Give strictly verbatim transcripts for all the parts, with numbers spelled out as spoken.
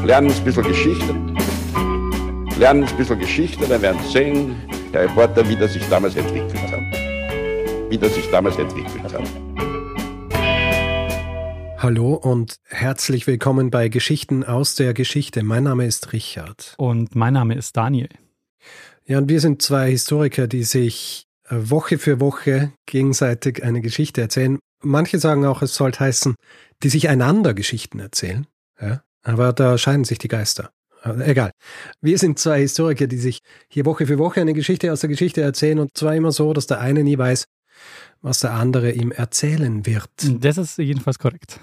lernen ein bisschen Geschichte. Lernen ein bisschen Geschichte, dann werden Sie sehen, der Reporter, wie das sich damals entwickelt hat. Wie das sich damals entwickelt hat. Hallo und herzlich willkommen bei Geschichten aus der Geschichte. Mein Name ist Richard. Und mein Name ist Daniel. Ja, und wir sind zwei Historiker, die sich Woche für Woche gegenseitig eine Geschichte erzählen. Manche sagen auch, es sollte heißen, die sich einander Geschichten erzählen. Ja, aber da scheiden sich die Geister. Egal. Wir sind zwei Historiker, die sich hier Woche für Woche eine Geschichte aus der Geschichte erzählen, und zwar immer so, dass der eine nie weiß, was der andere ihm erzählen wird. Das ist jedenfalls korrekt.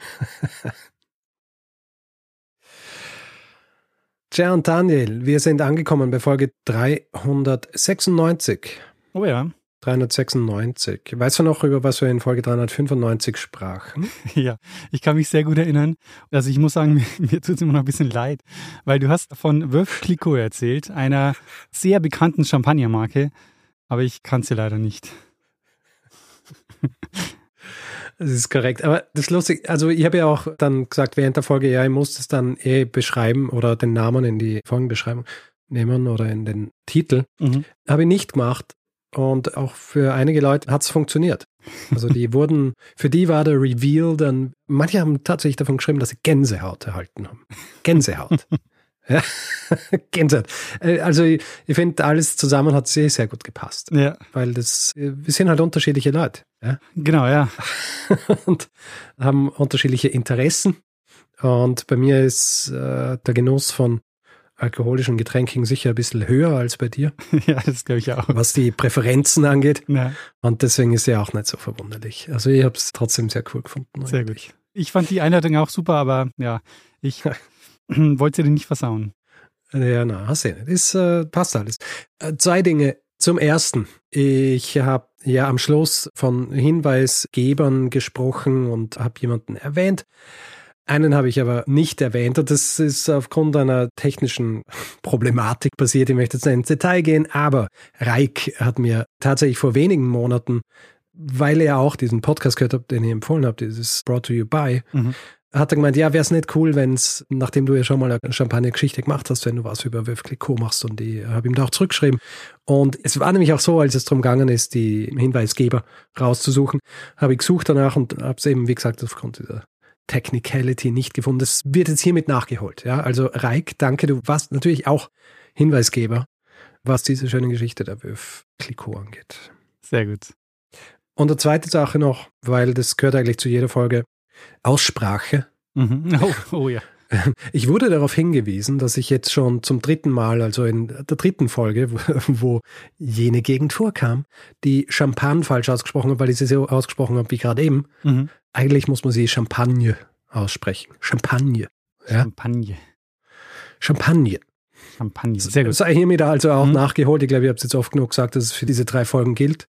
Tja, und Daniel, wir sind angekommen bei Folge dreihundertsechsundneunzig. Oh ja. dreihundertsechsundneunzig. Weißt du noch, über was wir in Folge dreihundertfünfundneunzig sprachen? Ja, ich kann mich sehr gut erinnern. Also ich muss sagen, mir, mir tut es immer noch ein bisschen leid, weil du hast von Veuve Clicquot erzählt, einer sehr bekannten Champagnermarke, aber ich kann sie leider nicht. Das ist korrekt. Aber das ist lustig. Also ich habe ja auch dann gesagt während der Folge, ja, ich muss es dann eh beschreiben oder den Namen in die Folgenbeschreibung nehmen oder in den Titel. Mhm. Habe ich nicht gemacht. Und auch für einige Leute hat es funktioniert. Also die wurden, für die war der Reveal dann, manche haben tatsächlich davon geschrieben, dass sie Gänsehaut erhalten haben. Gänsehaut. Ja. Gänsehaut. Also ich, ich finde, alles zusammen hat sehr, sehr gut gepasst. Ja. Weil das, wir sind halt unterschiedliche Leute. Ja? Genau, ja. Und haben unterschiedliche Interessen. Und bei mir ist äh, der Genuss von alkoholischen Getränken sicher ein bisschen höher als bei dir. Ja, das glaube ich auch. Was die Präferenzen angeht. Ja. Und deswegen ist ja auch nicht so verwunderlich. Also ich habe es trotzdem sehr cool gefunden. Sehr eigentlich. Gut. Ich fand die Einleitung auch super, aber ja, ich wollte sie nicht versauen. Ja, na, hast du ja nicht. Das äh, passt alles. Äh, zwei Dinge. Zum Ersten, ich habe ja am Schluss von Hinweisgebern gesprochen und habe jemanden erwähnt. Einen habe ich aber nicht erwähnt, und das ist aufgrund einer technischen Problematik passiert. Ich möchte jetzt nicht ins Detail gehen, aber Reik hat mir tatsächlich vor wenigen Monaten, weil er auch diesen Podcast gehört hat, den ich empfohlen habe, dieses Brought to You By, mhm. hat er gemeint, ja, wäre es nicht cool, wenn es, nachdem du ja schon mal eine Champagner-Geschichte gemacht hast, wenn du was über Veuve Clicquot machst, und ich habe ihm da auch zurückgeschrieben. Und es war nämlich auch so, als es darum gegangen ist, die Hinweisgeber rauszusuchen, habe ich gesucht danach und habe es eben, wie gesagt, aufgrund dieser Technicality nicht gefunden. Das wird jetzt hiermit nachgeholt. Ja, also Reik, danke, du warst natürlich auch Hinweisgeber, was diese schöne Geschichte der Veuve Clicquot angeht. Sehr gut. Und eine zweite Sache noch, weil das gehört eigentlich zu jeder Folge, Aussprache. Mhm. Oh, oh ja. Ich wurde darauf hingewiesen, dass ich jetzt schon zum dritten Mal, also in der dritten Folge, wo, wo jene Gegend vorkam, die Champagne falsch ausgesprochen habe, weil ich sie so ausgesprochen habe wie gerade eben. Mhm. Eigentlich muss man sie Champagne aussprechen. Champagne. Ja? Champagne. Champagne. Champagne. Sehr gut. Das sei hiermit also auch mhm. nachgeholt. Ich glaube, ich habe es jetzt oft genug gesagt, dass es für diese drei Folgen gilt.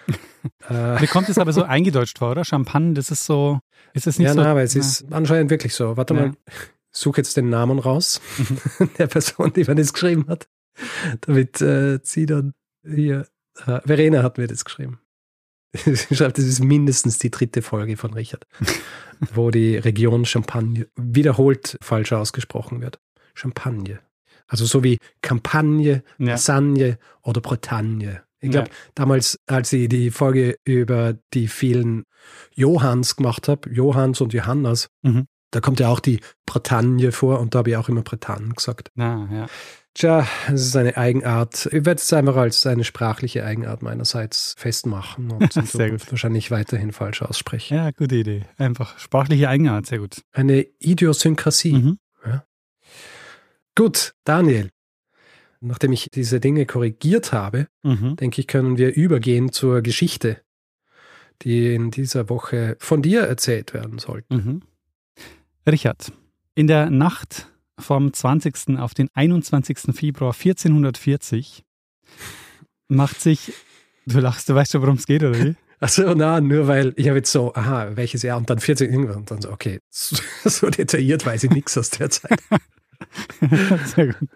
Mir kommt es aber so eingedeutscht vor, oder? Champagne, das ist so, ist es nicht ja, so? Ja, aber es ist anscheinend wirklich so. Warte ja. mal, ich suche jetzt den Namen raus, mhm. der Person, die mir das geschrieben hat, damit äh, sie dann hier, äh, Verena hat mir das geschrieben. Sie schreibt, das ist mindestens die dritte Folge von Richard, wo die Region Champagne wiederholt falsch ausgesprochen wird. Champagne. Also so wie Campagne, ja. Sagne oder Bretagne. Ich glaube, ja. damals, als ich die Folge über die vielen Johanns gemacht habe, Johanns und Johannas, mhm. da kommt ja auch die Bretagne vor, und da habe ich auch immer Bretagne gesagt. Ah, ja. Tja, es ist eine Eigenart. Ich werde es einfach als eine sprachliche Eigenart meinerseits festmachen und in Zukunft wahrscheinlich weiterhin falsch aussprechen. Ja, gute Idee. Einfach sprachliche Eigenart, sehr gut. Eine Idiosynkrasie. Mhm. Ja. Gut, Daniel. Nachdem ich diese Dinge korrigiert habe, mhm. denke ich, können wir übergehen zur Geschichte, die in dieser Woche von dir erzählt werden sollte. Mhm. Richard, in der Nacht vom zwanzigsten auf den einundzwanzigsten Februar vierzehnhundertvierzig macht sich, du lachst, du weißt schon, worum es geht, oder wie? Achso, na, nur weil ich habe jetzt so, aha, welches Jahr, und dann vierzig irgendwann, und dann so, okay, so detailliert weiß ich nichts aus der Zeit. Sehr gut.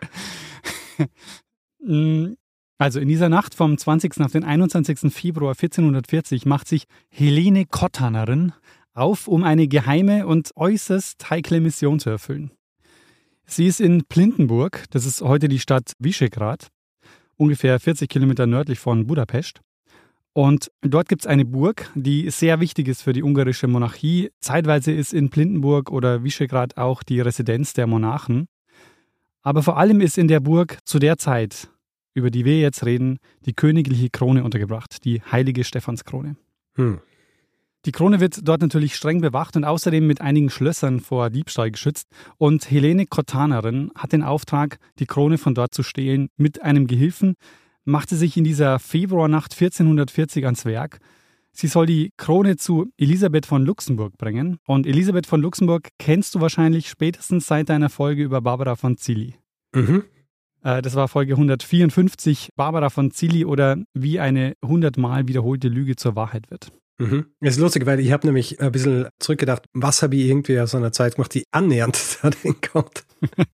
Also in dieser Nacht vom zwanzigsten auf den einundzwanzigsten Februar vierzehnhundertvierzig macht sich Helene Kottanerin auf, um eine geheime und äußerst heikle Mission zu erfüllen. Sie ist in Plindenburg, das ist heute die Stadt Vyšehrad, ungefähr vierzig Kilometer nördlich von Budapest. Und dort gibt es eine Burg, die sehr wichtig ist für die ungarische Monarchie. Zeitweise ist in Plindenburg oder Vyšehrad auch die Residenz der Monarchen. Aber vor allem ist in der Burg zu der Zeit, über die wir jetzt reden, die königliche Krone untergebracht, die heilige Stephanskrone. Hm. Die Krone wird dort natürlich streng bewacht und außerdem mit einigen Schlössern vor Diebstahl geschützt. Und Helene Kottanerin hat den Auftrag, die Krone von dort zu stehlen. Mit einem Gehilfen machte sich in dieser Februarnacht vierzehnhundertvierzig ans Werk. Sie soll die Krone zu Elisabeth von Luxemburg bringen. Und Elisabeth von Luxemburg kennst du wahrscheinlich spätestens seit deiner Folge über Barbara von Cilli. Mhm. Äh, das war Folge hundertvierundfünfzig, Barbara von Cilli oder wie eine hundertmal wiederholte Lüge zur Wahrheit wird. Mhm. Das ist lustig, weil ich habe nämlich ein bisschen zurückgedacht, was habe ich irgendwie aus einer Zeit gemacht, die annähernd dahin kommt.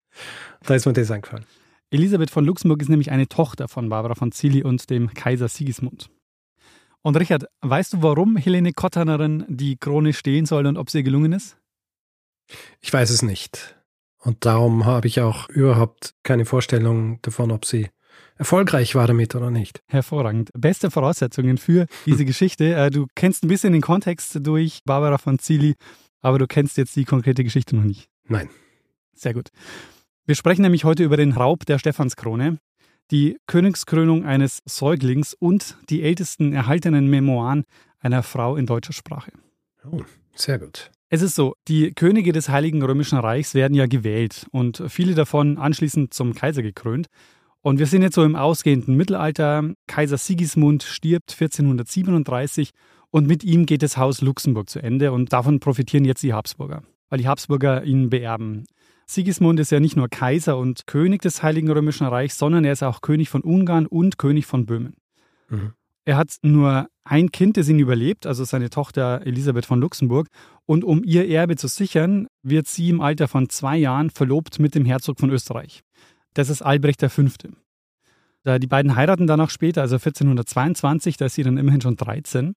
Da ist mir das eingefallen. Elisabeth von Luxemburg ist nämlich eine Tochter von Barbara von Cilli und dem Kaiser Sigismund. Und Richard, weißt du, warum Helene Kottanerin die Krone stehlen soll und ob es ihr gelungen ist? Ich weiß es nicht. Und darum habe ich auch überhaupt keine Vorstellung davon, ob sie erfolgreich war damit oder nicht. Hervorragend. Beste Voraussetzungen für diese Geschichte. Du kennst ein bisschen den Kontext durch Barbara von Cilli, aber du kennst jetzt die konkrete Geschichte noch nicht. Nein. Sehr gut. Wir sprechen nämlich heute über den Raub der Stephanskrone, die Königskrönung eines Säuglings und die ältesten erhaltenen Memoiren einer Frau in deutscher Sprache. Oh, sehr gut. Es ist so, die Könige des Heiligen Römischen Reichs werden ja gewählt und viele davon anschließend zum Kaiser gekrönt. Und wir sind jetzt so im ausgehenden Mittelalter. Kaiser Sigismund stirbt vierzehnhundertsiebenunddreißig und mit ihm geht das Haus Luxemburg zu Ende und davon profitieren jetzt die Habsburger, weil die Habsburger ihn beerben. Sigismund ist ja nicht nur Kaiser und König des Heiligen Römischen Reichs, sondern er ist auch König von Ungarn und König von Böhmen. Mhm. Er hat nur ein Kind, das ihn überlebt, also seine Tochter Elisabeth von Luxemburg. Und um ihr Erbe zu sichern, wird sie im Alter von zwei Jahren verlobt mit dem Herzog von Österreich. Das ist Albrecht der Fünfte. Die beiden heiraten dann auch später, also vierzehnhundertzweiundzwanzig, da ist sie dann immerhin schon dreizehn.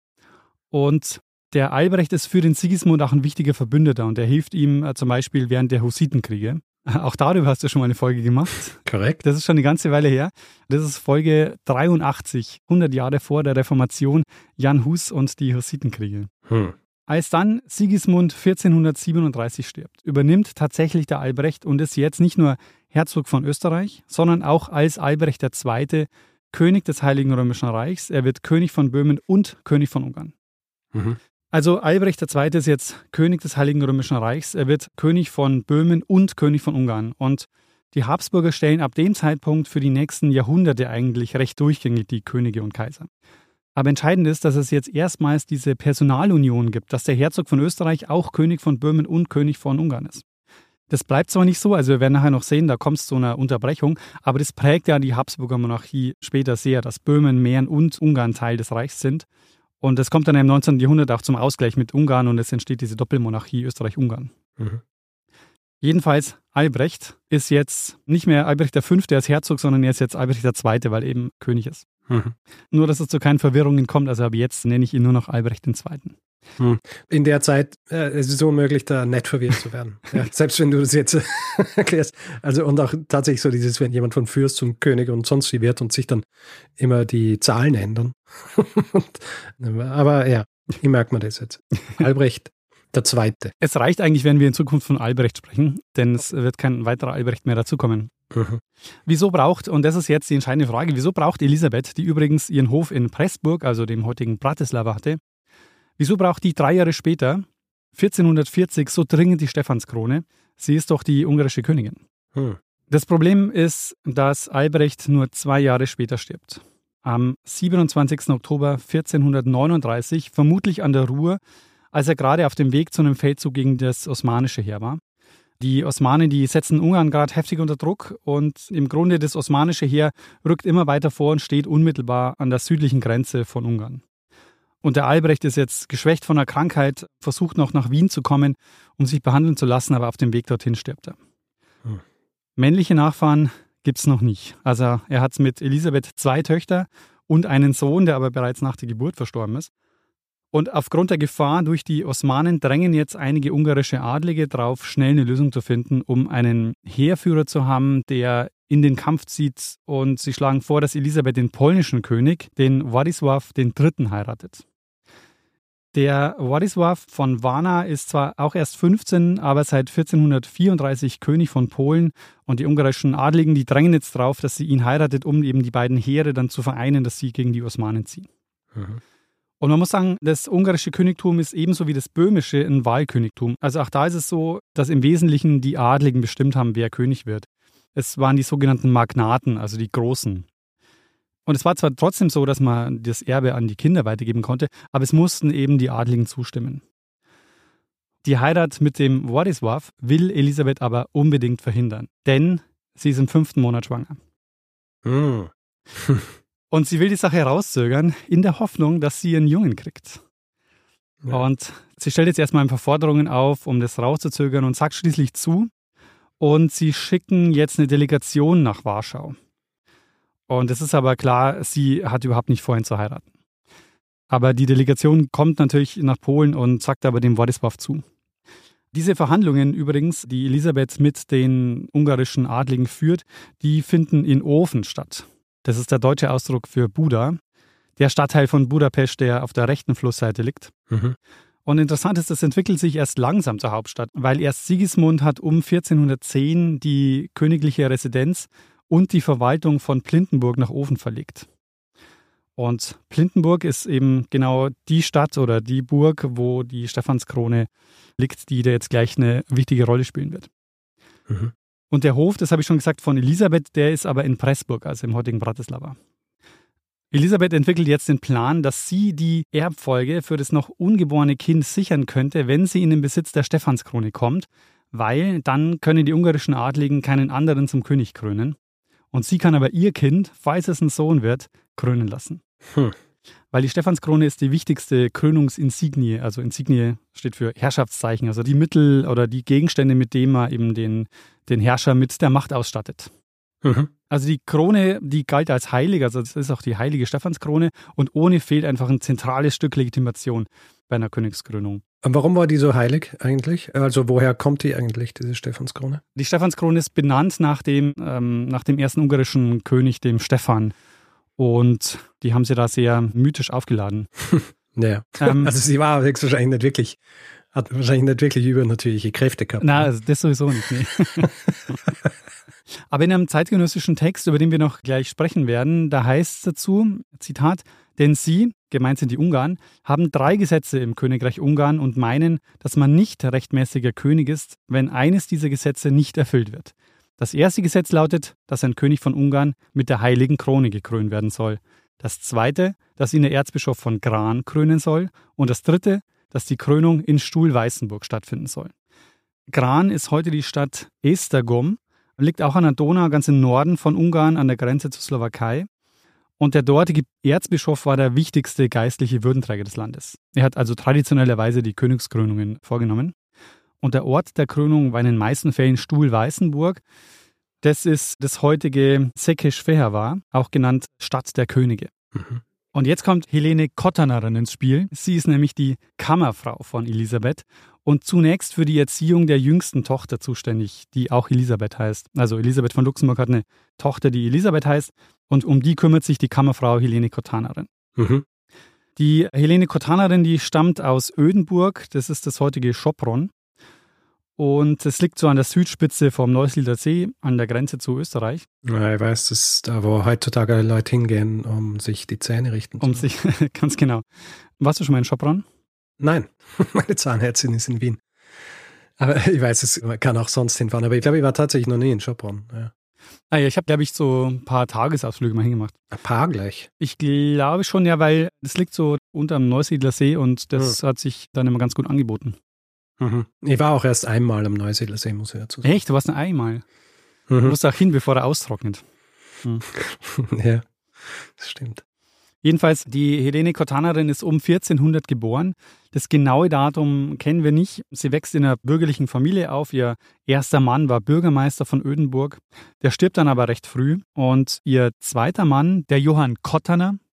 Und der Albrecht ist für den Sigismund auch ein wichtiger Verbündeter und er hilft ihm zum Beispiel während der Hussitenkriege. Auch darüber hast du schon mal eine Folge gemacht. Korrekt. Das ist schon eine ganze Weile her. Das ist Folge dreiundachtzig, hundert Jahre vor der Reformation, Jan Hus und die Hussitenkriege. Hm. Als dann Sigismund vierzehnhundertsiebenunddreißig stirbt, übernimmt tatsächlich der Albrecht und ist jetzt nicht nur Herzog von Österreich, sondern auch als Albrecht der Zweite König des Heiligen Römischen Reichs. Er wird König von Böhmen und König von Ungarn. Mhm. Also Albrecht der Zweite ist jetzt König des Heiligen Römischen Reichs. Er wird König von Böhmen und König von Ungarn. Und die Habsburger stellen ab dem Zeitpunkt für die nächsten Jahrhunderte eigentlich recht durchgängig die Könige und Kaiser. Aber entscheidend ist, dass es jetzt erstmals diese Personalunion gibt, dass der Herzog von Österreich auch König von Böhmen und König von Ungarn ist. Das bleibt zwar nicht so, also wir werden nachher noch sehen, da kommt es zu einer Unterbrechung, aber das prägt ja die Habsburger Monarchie später sehr, dass Böhmen, Mähren und Ungarn Teil des Reichs sind. Und das kommt dann im neunzehnten Jahrhundert auch zum Ausgleich mit Ungarn und es entsteht diese Doppelmonarchie Österreich-Ungarn. Mhm. Jedenfalls, Albrecht ist jetzt nicht mehr Albrecht der Fünfte als Herzog, sondern er ist jetzt Albrecht der Zweite, weil er eben König ist. Mhm. Nur, dass es zu keinen Verwirrungen kommt, also ab jetzt nenne ich ihn nur noch Albrecht den Zweiten. Hm. In der Zeit äh, es ist es unmöglich, da nett verwirrt zu werden. Ja, selbst wenn du das jetzt erklärst. Also und auch tatsächlich so dieses, wenn jemand von Fürst zum König und sonst wie wird und sich dann immer die Zahlen ändern. Aber ja, wie merkt man das jetzt? Albrecht der Zweite. Es reicht eigentlich, wenn wir in Zukunft von Albrecht sprechen, denn es wird kein weiterer Albrecht mehr dazukommen. Mhm. Wieso braucht, und das ist jetzt die entscheidende Frage, wieso braucht Elisabeth, die übrigens ihren Hof in Pressburg, also dem heutigen Bratislava hatte, wieso braucht die drei Jahre später, vierzehnhundertvierzig, so dringend die Stephanskrone? Sie ist doch die ungarische Königin. Hm. Das Problem ist, dass Albrecht nur zwei Jahre später stirbt. Am siebenundzwanzigsten Oktober vierzehnhundertneununddreißig, vermutlich an der Ruhr, als er gerade auf dem Weg zu einem Feldzug gegen das osmanische Heer war. Die Osmanen, die setzen Ungarn gerade heftig unter Druck und im Grunde das osmanische Heer rückt immer weiter vor und steht unmittelbar an der südlichen Grenze von Ungarn. Und der Albrecht ist jetzt geschwächt von einer Krankheit, versucht noch nach Wien zu kommen, um sich behandeln zu lassen, aber auf dem Weg dorthin stirbt er. Hm. Männliche Nachfahren gibt es noch nicht. Also er hat mit Elisabeth zwei Töchter und einen Sohn, der aber bereits nach der Geburt verstorben ist. Und aufgrund der Gefahr durch die Osmanen drängen jetzt einige ungarische Adlige darauf, schnell eine Lösung zu finden, um einen Heerführer zu haben, der in den Kampf zieht. Und sie schlagen vor, dass Elisabeth den polnischen König, den Władysław der Dritte, heiratet. Der Władysław von Warna ist zwar auch erst fünfzehn, aber seit vierzehnhundertvierunddreißig König von Polen. Und die ungarischen Adligen, die drängen jetzt darauf, dass sie ihn heiratet, um eben die beiden Heere dann zu vereinen, dass sie gegen die Osmanen ziehen. Mhm. Und man muss sagen, das ungarische Königtum ist ebenso wie das böhmische ein Wahlkönigtum. Also auch da ist es so, dass im Wesentlichen die Adligen bestimmt haben, wer König wird. Es waren die sogenannten Magnaten, also die Großen. Und es war zwar trotzdem so, dass man das Erbe an die Kinder weitergeben konnte, aber es mussten eben die Adligen zustimmen. Die Heirat mit dem Władysław will Elisabeth aber unbedingt verhindern, denn sie ist im fünften Monat schwanger. Mm. Und sie will die Sache herauszögern, in der Hoffnung, dass sie einen Jungen kriegt. Ja. Und sie stellt jetzt erstmal ein paar Forderungen auf, um das rauszuzögern und sagt schließlich zu. Und sie schicken jetzt eine Delegation nach Warschau. Und es ist aber klar, sie hat überhaupt nicht vor, ihn zu heiraten. Aber die Delegation kommt natürlich nach Polen und sagt aber dem Władysław zu. Diese Verhandlungen übrigens, die Elisabeth mit den ungarischen Adligen führt, die finden in Ofen statt. Das ist der deutsche Ausdruck für Buda, der Stadtteil von Budapest, der auf der rechten Flussseite liegt. Mhm. Und interessant ist, das entwickelt sich erst langsam zur Hauptstadt, weil erst Sigismund hat um vierzehnhundertzehn die königliche Residenz und die Verwaltung von Plintenburg nach Ofen verlegt. Und Plintenburg ist eben genau die Stadt oder die Burg, wo die Stephanskrone liegt, die da jetzt gleich eine wichtige Rolle spielen wird. Mhm. Und der Hof, das habe ich schon gesagt, von Elisabeth, der ist aber in Pressburg, also im heutigen Bratislava. Elisabeth entwickelt jetzt den Plan, dass sie die Erbfolge für das noch ungeborene Kind sichern könnte, wenn sie in den Besitz der Stephanskrone kommt, weil dann können die ungarischen Adligen keinen anderen zum König krönen. Und sie kann aber ihr Kind, falls es ein Sohn wird, krönen lassen. Hm. Weil die Stephanskrone ist die wichtigste Krönungsinsignie, also Insignie steht für Herrschaftszeichen, also die Mittel oder die Gegenstände, mit denen man eben den, den Herrscher mit der Macht ausstattet. Mhm. Also die Krone, die galt als heilig, also das ist auch die heilige Stephanskrone und ohne fehlt einfach ein zentrales Stück Legitimation bei einer Königskrönung. Und warum war die so heilig eigentlich? Also woher kommt die eigentlich, diese Stephanskrone? Die Stephanskrone ist benannt nach dem, ähm, nach dem ersten ungarischen König, dem Stephan. Und die haben sie da sehr mythisch aufgeladen. Ja, ähm, also sie war wahrscheinlich nicht wirklich, hat wahrscheinlich nicht wirklich übernatürliche Kräfte gehabt. Nein, also das sowieso nicht. Nee. Aber in einem zeitgenössischen Text, über den wir noch gleich sprechen werden, da heißt es dazu, Zitat, denn sie, gemeint sind die Ungarn, haben drei Gesetze im Königreich Ungarn und meinen, dass man nicht rechtmäßiger König ist, wenn eines dieser Gesetze nicht erfüllt wird. Das erste Gesetz lautet, dass ein König von Ungarn mit der heiligen Krone gekrönt werden soll. Das zweite, dass ihn der Erzbischof von Gran krönen soll. Und das dritte, dass die Krönung in Stuhl-Weißenburg stattfinden soll. Gran ist heute die Stadt Esztergom, liegt auch an der Donau, ganz im Norden von Ungarn, an der Grenze zur Slowakei. Und der dortige Erzbischof war der wichtigste geistliche Würdenträger des Landes. Er hat also traditionellerweise die Königskrönungen vorgenommen. Und der Ort der Krönung war in den meisten Fällen Stuhl-Weißenburg. Das ist das heutige Székesfehérvár, auch genannt Stadt der Könige. Mhm. Und jetzt kommt Helene Kottanerin ins Spiel. Sie ist nämlich die Kammerfrau von Elisabeth und zunächst für die Erziehung der jüngsten Tochter zuständig, die auch Elisabeth heißt. Also Elisabeth von Luxemburg hat eine Tochter, die Elisabeth heißt und um die kümmert sich die Kammerfrau Helene Kottanerin. Mhm. Die Helene Kottanerin, die stammt aus Ödenburg, das ist das heutige Sopron. Und es liegt so an der Südspitze vom Neusiedler See, an der Grenze zu Österreich. Ja, ich weiß, das ist da, wo heutzutage Leute hingehen, um sich die Zähne richten zu Um sich, ganz genau. Warst du schon mal in Sopron? Nein, meine Zahnärztin ist in Wien. Aber ich weiß, es kann auch sonst hinfahren. Aber ich glaube, ich war tatsächlich noch nie in Sopron. Ja. Ah ja, ich habe, glaube ich, so ein paar Tagesausflüge mal hingemacht. Ein paar gleich? Ich glaube schon, ja, weil das liegt so unter dem Neusiedler See und das hm. hat sich dann immer ganz gut angeboten. Mhm. Ich war auch erst einmal am Neusiedler See, muss ich dazu sagen. Echt? Du warst nur einmal? Mhm. Du musst auch hin, bevor er austrocknet. Mhm. Ja, das stimmt. Jedenfalls, die Helene Kottanerin ist um vierzehnhundert geboren. Das genaue Datum kennen wir nicht. Sie wächst in einer bürgerlichen Familie auf. Ihr erster Mann war Bürgermeister von Ödenburg. Der stirbt dann aber recht früh. Und ihr zweiter Mann, der Johann Kottaner,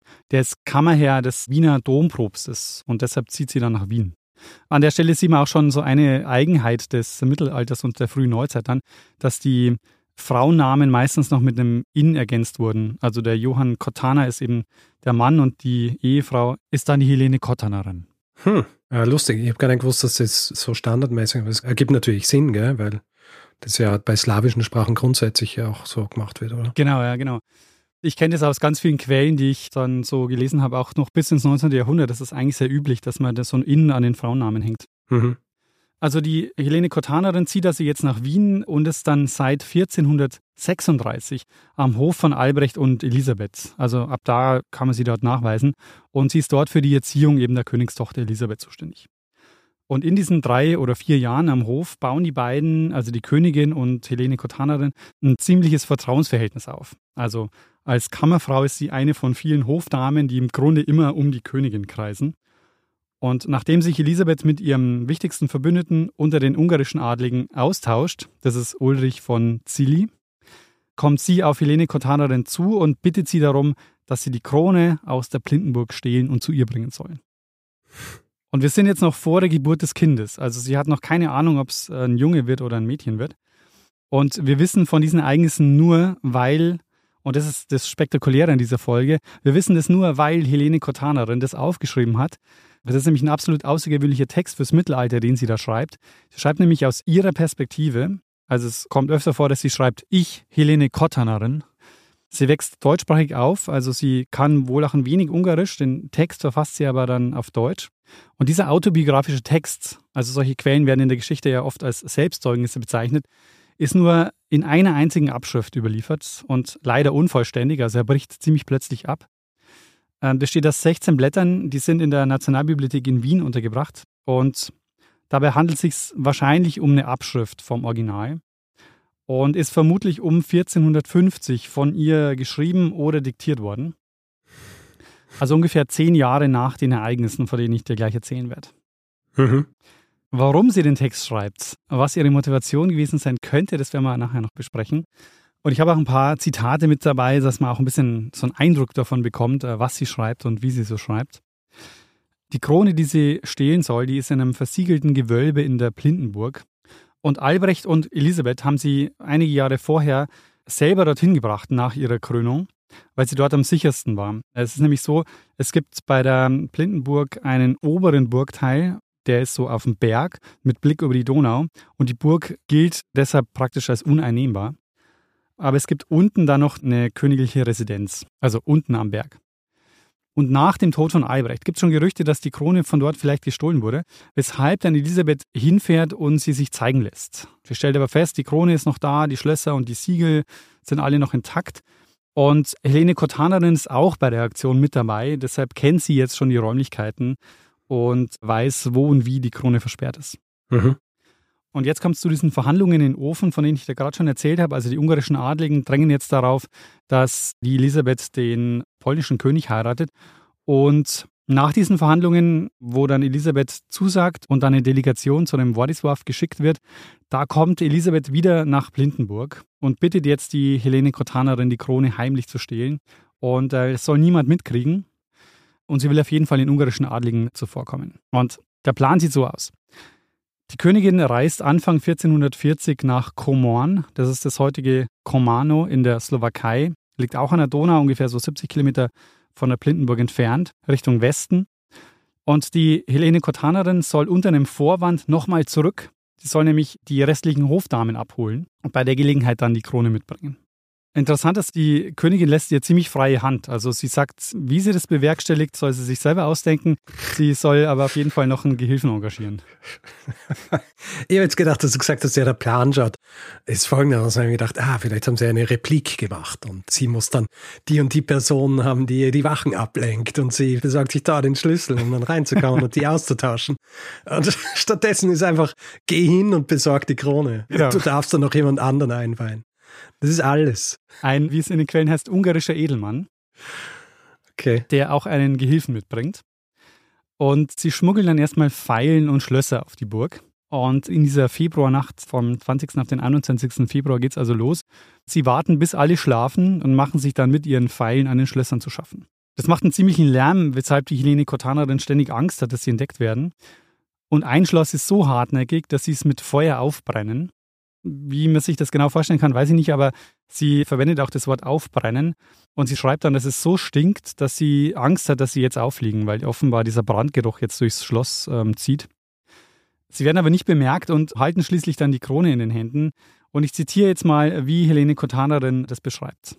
der ist Kammerherr des Wiener Dompropstes und deshalb zieht sie dann nach Wien. An der Stelle sieht man auch schon so eine Eigenheit des Mittelalters und der frühen Neuzeit dann, dass die Frauennamen meistens noch mit einem In ergänzt wurden. Also der Johann Cottaner ist eben der Mann und die Ehefrau ist dann die Helene Cottanerin. Hm, ja, lustig. Ich habe gar nicht gewusst, dass das so standardmäßig ist. Aber es ergibt natürlich Sinn, gell? Weil das ja bei slawischen Sprachen grundsätzlich ja auch so gemacht wird, oder? Genau, ja, genau. Ich kenne das aus ganz vielen Quellen, die ich dann so gelesen habe, auch noch bis ins neunzehnten Jahrhundert. Das ist eigentlich sehr üblich, dass man das so ein In an den Frauennamen hängt. Mhm. Also die Helene Cottanerin zieht also jetzt nach Wien und ist dann seit vierzehnhundertsechsunddreißig am Hof von Albrecht und Elisabeth. Also ab da kann man sie dort nachweisen. Und sie ist dort für die Erziehung eben der Königstochter Elisabeth zuständig. Und in diesen drei oder vier Jahren am Hof bauen die beiden, also die Königin und Helene Cottanerin, ein ziemliches Vertrauensverhältnis auf. Also als Kammerfrau ist sie eine von vielen Hofdamen, die im Grunde immer um die Königin kreisen. Und nachdem sich Elisabeth mit ihrem wichtigsten Verbündeten unter den ungarischen Adligen austauscht, das ist Ulrich von Cilli, kommt sie auf Helene Cottanerin zu und bittet sie darum, dass sie die Krone aus der Plindenburg stehlen und zu ihr bringen sollen. Und wir sind jetzt noch vor der Geburt des Kindes. Also sie hat noch keine Ahnung, ob es ein Junge wird oder ein Mädchen wird. Und wir wissen von diesen Ereignissen nur, weil, und das ist das Spektakuläre in dieser Folge, wir wissen das nur, weil Helene Cottanerin das aufgeschrieben hat. Das ist nämlich ein absolut außergewöhnlicher Text fürs Mittelalter, den sie da schreibt. Sie schreibt nämlich aus ihrer Perspektive, also es kommt öfter vor, dass sie schreibt, ich, Helene Cottanerin. Sie wächst deutschsprachig auf, also sie kann wohl auch ein wenig Ungarisch, den Text verfasst sie aber dann auf Deutsch. Und dieser autobiografische Text, also solche Quellen werden in der Geschichte ja oft als Selbstzeugnisse bezeichnet, ist nur in einer einzigen Abschrift überliefert und leider unvollständig, also er bricht ziemlich plötzlich ab. Das besteht aus sechzehn Blättern, die sind in der Nationalbibliothek in Wien untergebracht und dabei handelt es sich wahrscheinlich um eine Abschrift vom Original und ist vermutlich um vierzehnhundertfünfzig von ihr geschrieben oder diktiert worden. Also ungefähr zehn Jahre nach den Ereignissen, von denen ich dir gleich erzählen werde. Mhm. Warum sie den Text schreibt, was ihre Motivation gewesen sein könnte, das werden wir nachher noch besprechen. Und ich habe auch ein paar Zitate mit dabei, dass man auch ein bisschen so einen Eindruck davon bekommt, was sie schreibt und wie sie so schreibt. Die Krone, die sie stehlen soll, die ist in einem versiegelten Gewölbe in der Plindenburg. Und Albrecht und Elisabeth haben sie einige Jahre vorher selber dorthin gebracht nach ihrer Krönung, weil sie dort am sichersten war. Es ist nämlich so, es gibt bei der Plindenburg einen oberen Burgteil, der ist so auf dem Berg mit Blick über die Donau und die Burg gilt deshalb praktisch als uneinnehmbar. Aber es gibt unten dann noch eine königliche Residenz, also unten am Berg. Und nach dem Tod von Albrecht gibt es schon Gerüchte, dass die Krone von dort vielleicht gestohlen wurde, weshalb dann Elisabeth hinfährt und sie sich zeigen lässt. Sie stellt aber fest, die Krone ist noch da, die Schlösser und die Siegel sind alle noch intakt. Und Helene Cottanerin ist auch bei der Aktion mit dabei, deshalb kennt sie jetzt schon die Räumlichkeiten und weiß, wo und wie die Krone versperrt ist. Mhm. Und jetzt kommt es zu diesen Verhandlungen in Ofen, von denen ich dir gerade schon erzählt habe. Also die ungarischen Adligen drängen jetzt darauf, dass die Elisabeth den polnischen König heiratet. Und nach diesen Verhandlungen, wo dann Elisabeth zusagt und dann eine Delegation zu einem Władysław geschickt wird, da kommt Elisabeth wieder nach Plindenburg und bittet jetzt die Helene Cottanerin, die Krone heimlich zu stehlen. Und äh, es soll niemand mitkriegen. Und sie will auf jeden Fall den ungarischen Adligen zuvorkommen. Und der Plan sieht so aus. Die Königin reist Anfang vierzehnhundertvierzig nach Komorn, das ist das heutige Komárno in der Slowakei, liegt auch an der Donau, ungefähr so siebzig Kilometer von der Plindenburg entfernt, Richtung Westen. Und die Helene Cottanerin soll unter einem Vorwand nochmal zurück. Sie soll nämlich die restlichen Hofdamen abholen und bei der Gelegenheit dann die Krone mitbringen. Interessant ist, die Königin lässt ihr ziemlich freie Hand. Also sie sagt, wie sie das bewerkstelligt, soll sie sich selber ausdenken. Sie soll aber auf jeden Fall noch einen Gehilfen engagieren. Ich habe jetzt gedacht, dass du gesagt hast, ja, der Plan schaut, ist folgender. Also habe ich gedacht, ah, vielleicht haben sie eine Replik gemacht und sie muss dann die und die Person haben, die die Wachen ablenkt und sie besorgt sich da den Schlüssel, um dann reinzukommen und die auszutauschen. Und stattdessen ist einfach, geh hin und besorg die Krone. Ja. Du darfst dann noch jemand anderen einweihen. Das ist alles. Ein, wie es in den Quellen heißt, ungarischer Edelmann, okay, der auch einen Gehilfen mitbringt. Und sie schmuggeln dann erstmal Pfeilen und Schlösser auf die Burg. Und in dieser Februarnacht vom zwanzigsten auf den einundzwanzigsten Februar geht es also los. Sie warten, bis alle schlafen und machen sich dann mit ihren Pfeilen an den Schlössern zu schaffen. Das macht einen ziemlichen Lärm, weshalb die Helene Cortanerin ständig Angst hat, dass sie entdeckt werden. Und ein Schloss ist so hartnäckig, dass sie es mit Feuer aufbrennen. Wie man sich das genau vorstellen kann, weiß ich nicht, aber sie verwendet auch das Wort aufbrennen. Und sie schreibt dann, dass es so stinkt, dass sie Angst hat, dass sie jetzt auffliegen, weil offenbar dieser Brandgeruch jetzt durchs Schloss ähm, zieht. Sie werden aber nicht bemerkt und halten schließlich dann die Krone in den Händen. Und ich zitiere jetzt mal, wie Helene Cortanerin das beschreibt.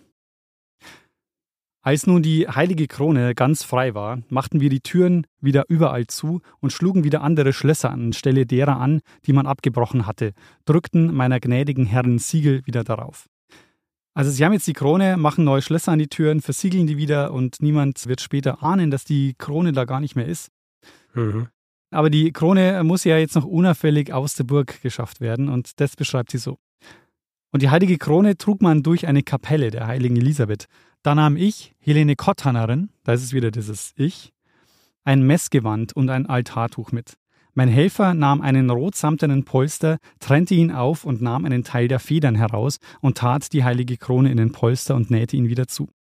Als nun die heilige Krone ganz frei war, machten wir die Türen wieder überall zu und schlugen wieder andere Schlösser anstelle derer an, die man abgebrochen hatte, drückten meiner gnädigen Herren Siegel wieder darauf. Also sie haben jetzt die Krone, machen neue Schlösser an die Türen, versiegeln die wieder und niemand wird später ahnen, dass die Krone da gar nicht mehr ist. Mhm. Aber die Krone muss ja jetzt noch unauffällig aus der Burg geschafft werden und das beschreibt sie so. Und die heilige Krone trug man durch eine Kapelle der heiligen Elisabeth. Da nahm ich, Helene Cortanerin, da ist es wieder dieses Ich, ein Messgewand und ein Altartuch mit. Mein Helfer nahm einen rotsamtenen Polster, trennte ihn auf und nahm einen Teil der Federn heraus und tat die heilige Krone in den Polster und nähte ihn wieder zu.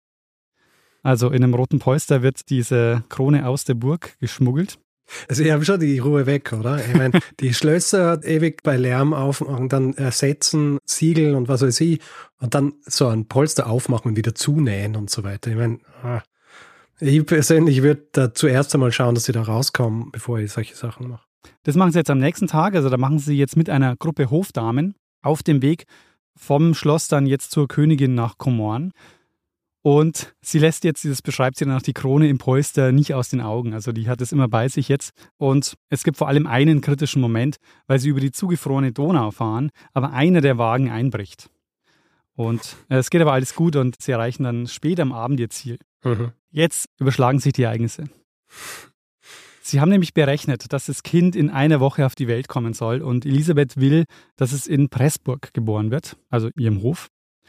Also in einem roten Polster wird diese Krone aus der Burg geschmuggelt. Also ich habe schon die Ruhe weg, oder? Ich meine, die Schlösser ewig bei Lärm aufmachen, dann ersetzen, Siegel und was weiß ich, und dann so ein Polster aufmachen und wieder zunähen und so weiter. Ich meine, ich persönlich würde da zuerst einmal schauen, dass sie da rauskommen, bevor ich solche Sachen mache. Das machen sie jetzt am nächsten Tag, also da machen sie jetzt mit einer Gruppe Hofdamen auf dem Weg vom Schloss dann jetzt zur Königin nach Komorn. Und sie lässt jetzt, das beschreibt sie dann auch, die Krone im Polster nicht aus den Augen. Also die hat es immer bei sich jetzt. Und es gibt vor allem einen kritischen Moment, weil sie über die zugefrorene Donau fahren, aber einer der Wagen einbricht. Und es geht aber alles gut und sie erreichen dann spät am Abend ihr Ziel. Mhm. Jetzt überschlagen sich die Ereignisse. Sie haben nämlich berechnet, dass das Kind in einer Woche auf die Welt kommen soll und Elisabeth will, dass es in Pressburg geboren wird, also ihrem Hof.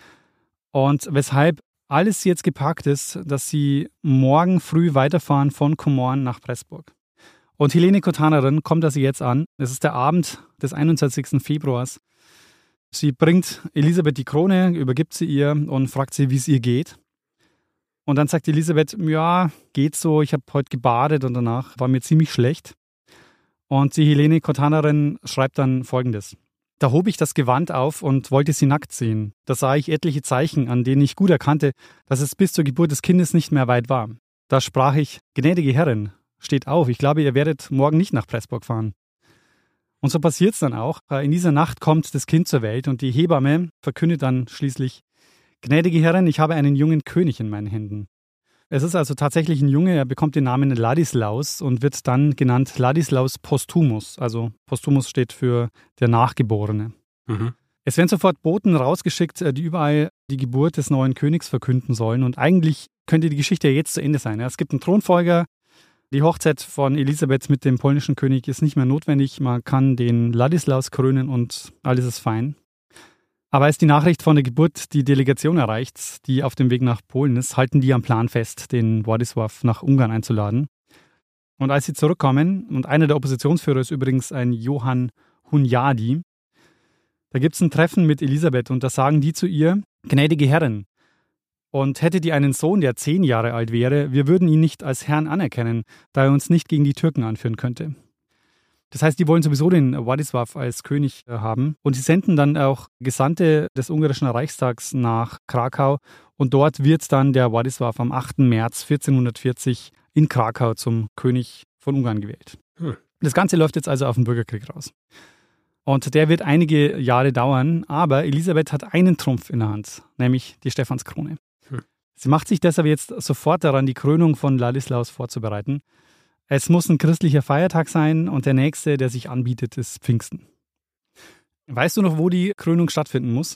Und weshalb alles jetzt gepackt ist, dass sie morgen früh weiterfahren von Komorn nach Pressburg. Und Helene Cortanerin kommt also jetzt an. Es ist der Abend des einundzwanzigsten Februars. Sie bringt Elisabeth die Krone, übergibt sie ihr und fragt sie, wie es ihr geht. Und dann sagt Elisabeth, ja, geht so, ich habe heute gebadet und danach war mir ziemlich schlecht. Und die Helene Cortanerin schreibt dann Folgendes. Da hob ich das Gewand auf und wollte sie nackt sehen. Da sah ich etliche Zeichen, an denen ich gut erkannte, dass es bis zur Geburt des Kindes nicht mehr weit war. Da sprach ich, gnädige Herrin, steht auf, ich glaube, ihr werdet morgen nicht nach Pressburg fahren. Und so passiert es dann auch. In dieser Nacht kommt das Kind zur Welt und die Hebamme verkündet dann schließlich, gnädige Herrin, ich habe einen jungen König in meinen Händen. Es ist also tatsächlich ein Junge, er bekommt den Namen Ladislaus und wird dann genannt Ladislaus Postumus. Also Postumus steht für der Nachgeborene. Mhm. Es werden sofort Boten rausgeschickt, die überall die Geburt des neuen Königs verkünden sollen. Und eigentlich könnte die Geschichte ja jetzt zu Ende sein. Es gibt einen Thronfolger, die Hochzeit von Elisabeth mit dem polnischen König ist nicht mehr notwendig. Man kann den Ladislaus krönen und alles ist fein. Aber als die Nachricht von der Geburt die Delegation erreicht, die auf dem Weg nach Polen ist, halten die am Plan fest, den Władysław nach Ungarn einzuladen. Und als sie zurückkommen, und einer der Oppositionsführer ist übrigens ein Johann Hunyadi, da gibt es ein Treffen mit Elisabeth und da sagen die zu ihr, gnädige Herrin, und hätte die einen Sohn, der zehn Jahre alt wäre, wir würden ihn nicht als Herrn anerkennen, da er uns nicht gegen die Türken anführen könnte. Das heißt, die wollen sowieso den Władysław als König haben und sie senden dann auch Gesandte des ungarischen Reichstags nach Krakau und dort wird dann der Władysław am achten März vierzehnhundertvierzig in Krakau zum König von Ungarn gewählt. Hm. Das Ganze läuft jetzt also auf den Bürgerkrieg raus. Und der wird einige Jahre dauern, aber Elisabeth hat einen Trumpf in der Hand, nämlich die Stephanskrone. Hm. Sie macht sich deshalb jetzt sofort daran, die Krönung von Ladislaus vorzubereiten. Es muss ein christlicher Feiertag sein und der nächste, der sich anbietet, ist Pfingsten. Weißt du noch, wo die Krönung stattfinden muss?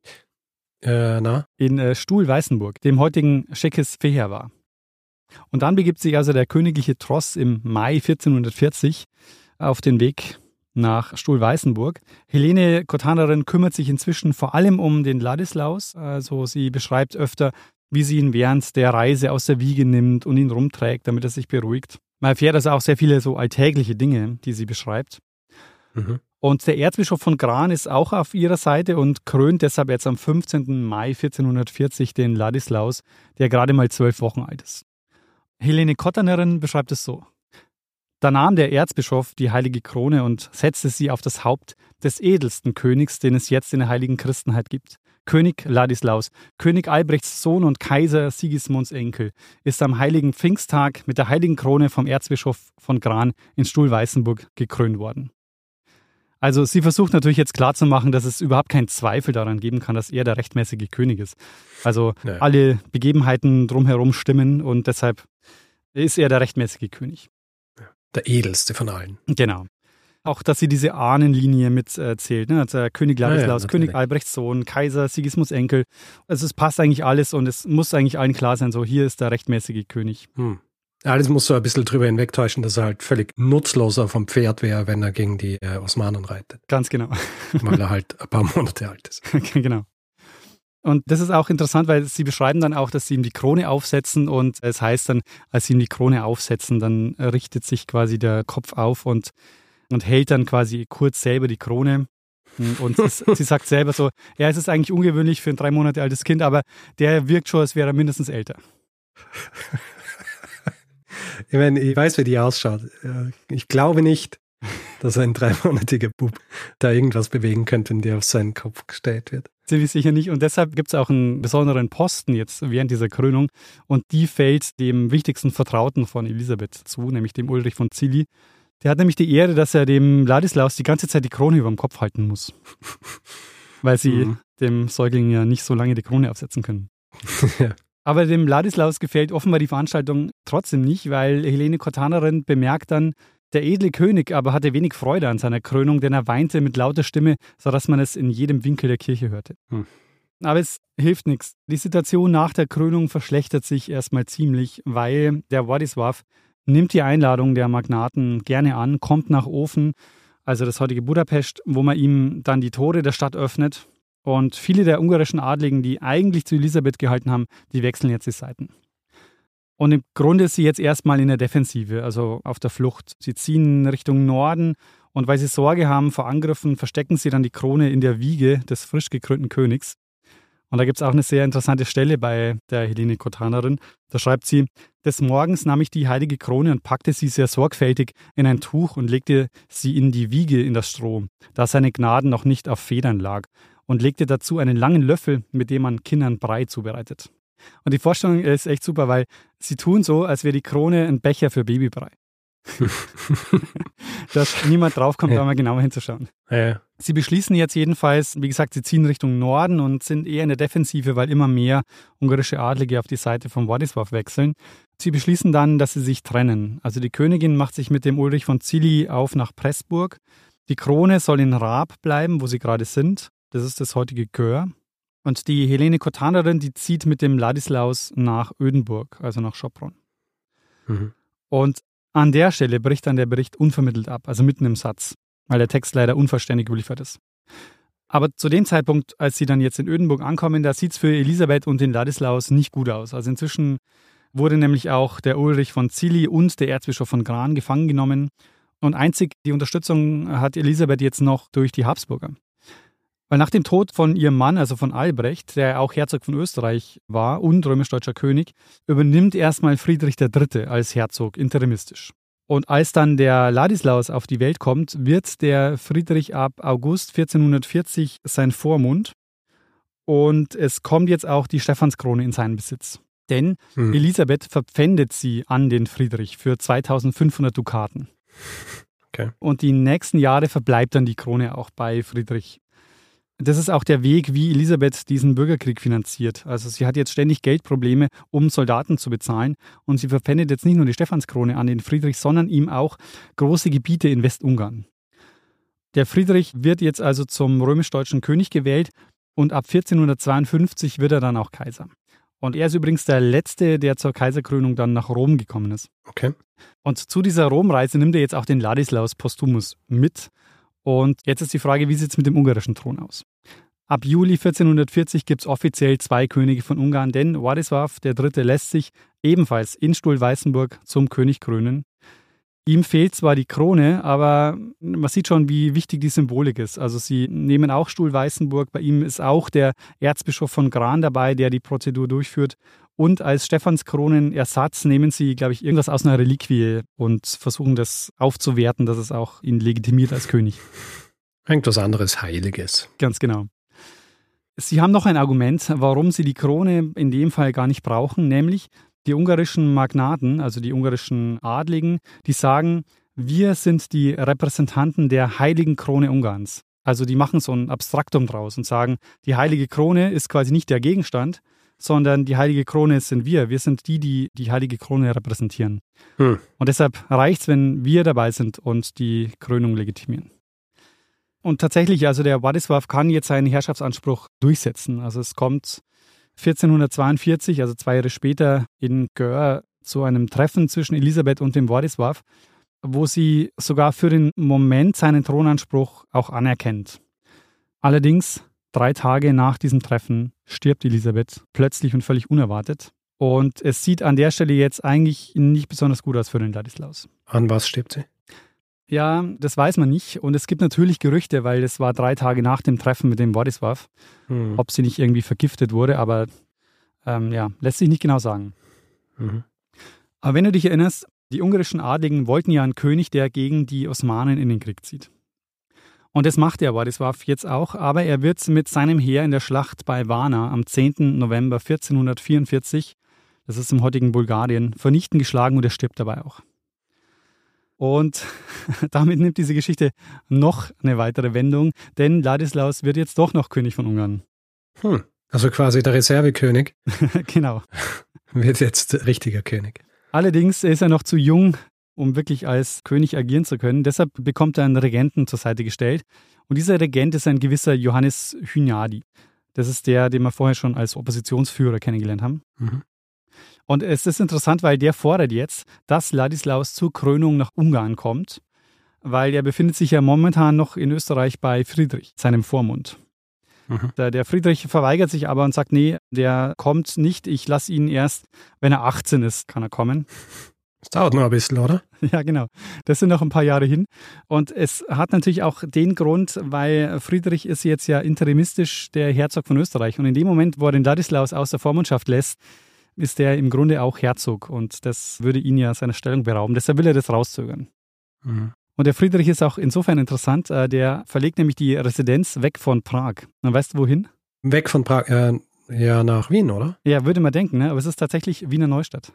Äh, na? In äh, Stuhl-Weißenburg, dem heutigen Székesfehérvár. Und dann begibt sich also der königliche Tross im Mai vierzehnhundertvierzig auf den Weg nach Stuhl-Weißenburg. Helene Cortanerin kümmert sich inzwischen vor allem um den Ladislaus. Also sie beschreibt öfter, wie sie ihn während der Reise aus der Wiege nimmt und ihn rumträgt, damit er sich beruhigt. Man erfährt also auch sehr viele so alltägliche Dinge, die sie beschreibt. Mhm. Und der Erzbischof von Gran ist auch auf ihrer Seite und krönt deshalb jetzt am fünfzehnten Mai vierzehnhundertvierzig den Ladislaus, der gerade mal zwölf Wochen alt ist. Helene Kotternerin beschreibt es so. Da nahm der Erzbischof die heilige Krone und setzte sie auf das Haupt des edelsten Königs, den es jetzt in der heiligen Christenheit gibt. König Ladislaus, König Albrechts Sohn und Kaiser Sigismunds Enkel, ist am heiligen Pfingsttag mit der heiligen Krone vom Erzbischof von Gran in Stuhlweißenburg gekrönt worden. Also sie versucht natürlich jetzt klarzumachen, dass es überhaupt keinen Zweifel daran geben kann, dass er der rechtmäßige König ist. Also ja. alle Begebenheiten drumherum stimmen und deshalb ist er der rechtmäßige König. Der edelste von allen. Genau. Auch, dass sie diese Ahnenlinie mitzählt. Ne? Also König Ladislaus, ja, ja, König Albrechts Sohn, Kaiser Sigismunds Enkel. Also es passt eigentlich alles und es muss eigentlich allen klar sein, so hier ist der rechtmäßige König. Hm. Alles muss so ein bisschen drüber hinwegtäuschen, dass er halt völlig nutzloser vom Pferd wäre, wenn er gegen die äh, Osmanen reitet. Ganz genau. Weil er halt ein paar Monate alt ist. Genau. Und das ist auch interessant, weil sie beschreiben dann auch, dass sie ihm die Krone aufsetzen und es heißt dann, als sie ihm die Krone aufsetzen, dann richtet sich quasi der Kopf auf und, und hält dann quasi kurz selber die Krone. Und sie, sie sagt selber so, ja, es ist eigentlich ungewöhnlich für ein drei Monate altes Kind, aber der wirkt schon, als wäre er mindestens älter. Ich meine, ich weiß, wie die ausschaut. Ich glaube nicht, dass ein dreimonatiger Bub da irgendwas bewegen könnte, wenn der auf seinen Kopf gestellt wird. Ziemlich sicher nicht. Und deshalb gibt es auch einen besonderen Posten jetzt während dieser Krönung. Und die fällt dem wichtigsten Vertrauten von Elisabeth zu, nämlich dem Ulrich von Cilli. Der hat nämlich die Ehre, dass er dem Ladislaus die ganze Zeit die Krone über dem Kopf halten muss. Weil sie mhm. dem Säugling ja nicht so lange die Krone aufsetzen können. Ja. Aber dem Ladislaus gefällt offenbar die Veranstaltung trotzdem nicht, weil Helene Kotternerin bemerkt dann, der edle König aber hatte wenig Freude an seiner Krönung, denn er weinte mit lauter Stimme, sodass man es in jedem Winkel der Kirche hörte. Hm. Aber es hilft nichts. Die Situation nach der Krönung verschlechtert sich erstmal ziemlich, weil der Władysław nimmt die Einladung der Magnaten gerne an, kommt nach Ofen, also das heutige Budapest, wo man ihm dann die Tore der Stadt öffnet. Und viele der ungarischen Adligen, die eigentlich zu Elisabeth gehalten haben, die wechseln jetzt die Seiten. Und im Grunde ist sie jetzt erstmal in der Defensive, also auf der Flucht. Sie ziehen Richtung Norden und weil sie Sorge haben vor Angriffen, verstecken sie dann die Krone in der Wiege des frisch gekrönten Königs. Und da gibt es auch eine sehr interessante Stelle bei der Helene Kotternerin. Da schreibt sie, des Morgens nahm ich die heilige Krone und packte sie sehr sorgfältig in ein Tuch und legte sie in die Wiege in das Stroh, da seine Gnaden noch nicht auf Federn lag. Und legte dazu einen langen Löffel, mit dem man Kindern Brei zubereitet. Und die Vorstellung ist echt super, weil sie tun so, als wäre die Krone ein Becher für Babybrei. Dass niemand draufkommt, ja. da mal genauer hinzuschauen. Ja. Sie beschließen jetzt jedenfalls, wie gesagt, sie ziehen Richtung Norden und sind eher in der Defensive, weil immer mehr ungarische Adlige auf die Seite von Władysław wechseln. Sie beschließen dann, dass sie sich trennen. Also die Königin macht sich mit dem Ulrich von Cilli auf nach Pressburg. Die Krone soll in Raab bleiben, wo sie gerade sind. Das ist das heutige Gör. Und die Helene Kotternerin, die zieht mit dem Ladislaus nach Ödenburg, also nach Sopron. Mhm. Und an der Stelle bricht dann der Bericht unvermittelt ab, also mitten im Satz, weil der Text leider unvollständig überliefert ist. Aber zu dem Zeitpunkt, als sie dann jetzt in Ödenburg ankommen, da sieht es für Elisabeth und den Ladislaus nicht gut aus. Also inzwischen wurde nämlich auch der Ulrich von Cilli und der Erzbischof von Gran gefangen genommen. Und einzig die Unterstützung hat Elisabeth jetzt noch durch die Habsburger. Weil nach dem Tod von ihrem Mann, also von Albrecht, der auch Herzog von Österreich war und römisch-deutscher König, übernimmt erstmal Friedrich der Dritte als Herzog interimistisch. Und als dann der Ladislaus auf die Welt kommt, wird der Friedrich ab August vierzehnhundertvierzig sein Vormund. Und es kommt jetzt auch die Stephanskrone in seinen Besitz. Denn hm. Elisabeth verpfändet sie an den Friedrich für zweitausendfünfhundert Dukaten. Okay. Und die nächsten Jahre verbleibt dann die Krone auch bei Friedrich. Das ist auch der Weg, wie Elisabeth diesen Bürgerkrieg finanziert. Also sie hat jetzt ständig Geldprobleme, um Soldaten zu bezahlen. Und sie verpfändet jetzt nicht nur die Stephanskrone an den Friedrich, sondern ihm auch große Gebiete in Westungarn. Der Friedrich wird jetzt also zum römisch-deutschen König gewählt und ab vierzehnhundertzweiundfünfzig wird er dann auch Kaiser. Und er ist übrigens der Letzte, der zur Kaiserkrönung dann nach Rom gekommen ist. Okay. Und zu dieser Romreise nimmt er jetzt auch den Ladislaus Postumus mit. Und jetzt ist die Frage, wie sieht es mit dem ungarischen Thron aus? Ab Juli vierzehnhundertvierzig gibt es offiziell zwei Könige von Ungarn, denn Władysław der Dritte lässt sich ebenfalls in Stuhlweißenburg zum König krönen. Ihm fehlt zwar die Krone, aber man sieht schon, wie wichtig die Symbolik ist. Also sie nehmen auch Stuhlweißenburg, bei ihm ist auch der Erzbischof von Gran dabei, der die Prozedur durchführt. Und als Stephanskronenersatz nehmen sie, glaube ich, irgendwas aus einer Reliquie und versuchen das aufzuwerten, dass es auch ihn legitimiert als König. Irgendwas anderes Heiliges. Ganz genau. Sie haben noch ein Argument, warum sie die Krone in dem Fall gar nicht brauchen, nämlich die ungarischen Magnaten, also die ungarischen Adligen, die sagen, wir sind die Repräsentanten der heiligen Krone Ungarns. Also die machen so ein Abstraktum draus und sagen, die heilige Krone ist quasi nicht der Gegenstand, sondern die heilige Krone sind wir. Wir sind die, die die heilige Krone repräsentieren. Hm. Und deshalb reicht es, wenn wir dabei sind und die Krönung legitimieren. Und tatsächlich, also der Władysław kann jetzt seinen Herrschaftsanspruch durchsetzen. Also es kommt vierzehnhundertzweiundvierzig, also zwei Jahre später, in Göhr zu einem Treffen zwischen Elisabeth und dem Władysław, wo sie sogar für den Moment seinen Thronanspruch auch anerkennt. Allerdings, drei Tage nach diesem Treffen stirbt Elisabeth plötzlich und völlig unerwartet. Und es sieht an der Stelle jetzt eigentlich nicht besonders gut aus für den Ladislaus. An was stirbt sie? Ja, das weiß man nicht. Und es gibt natürlich Gerüchte, weil es war drei Tage nach dem Treffen mit dem Władysław, hm. ob sie nicht irgendwie vergiftet wurde, aber ähm, ja, lässt sich nicht genau sagen. Mhm. Aber wenn du dich erinnerst, die ungarischen Adligen wollten ja einen König, der gegen die Osmanen in den Krieg zieht. Und das macht der Władysław jetzt auch, aber er wird mit seinem Heer in der Schlacht bei Varna am zehnten November vierzehnhundertvierundvierzig, das ist im heutigen Bulgarien, vernichtend geschlagen und er stirbt dabei auch. Und damit nimmt diese Geschichte noch eine weitere Wendung, denn Ladislaus wird jetzt doch noch König von Ungarn. Hm, also quasi der Reservekönig. Genau. Wird jetzt richtiger König. Allerdings ist er noch zu jung, um wirklich als König agieren zu können. Deshalb bekommt er einen Regenten zur Seite gestellt. Und dieser Regent ist ein gewisser Johannes Hunyadi. Das ist der, den wir vorher schon als Oppositionsführer kennengelernt haben. Mhm. Und es ist interessant, weil der fordert jetzt, dass Ladislaus zur Krönung nach Ungarn kommt, weil er befindet sich ja momentan noch in Österreich bei Friedrich, seinem Vormund. Mhm. Der, der Friedrich verweigert sich aber und sagt, nee, der kommt nicht, ich lasse ihn erst, wenn er achtzehn ist, kann er kommen. Das dauert noch ein bisschen, oder? Ja, genau. Das sind noch ein paar Jahre hin. Und es hat natürlich auch den Grund, weil Friedrich ist jetzt ja interimistisch der Herzog von Österreich. Und in dem Moment, wo er den Ladislaus aus der Vormundschaft lässt, ist er im Grunde auch Herzog und das würde ihn ja seiner Stellung berauben. Deshalb will er das rauszögern. Mhm. Und der Friedrich ist auch insofern interessant, der verlegt nämlich die Residenz weg von Prag. Und weißt du, wohin? Weg von Prag, äh, ja nach Wien, oder? Ja, würde man denken, ne? Aber es ist tatsächlich Wiener Neustadt.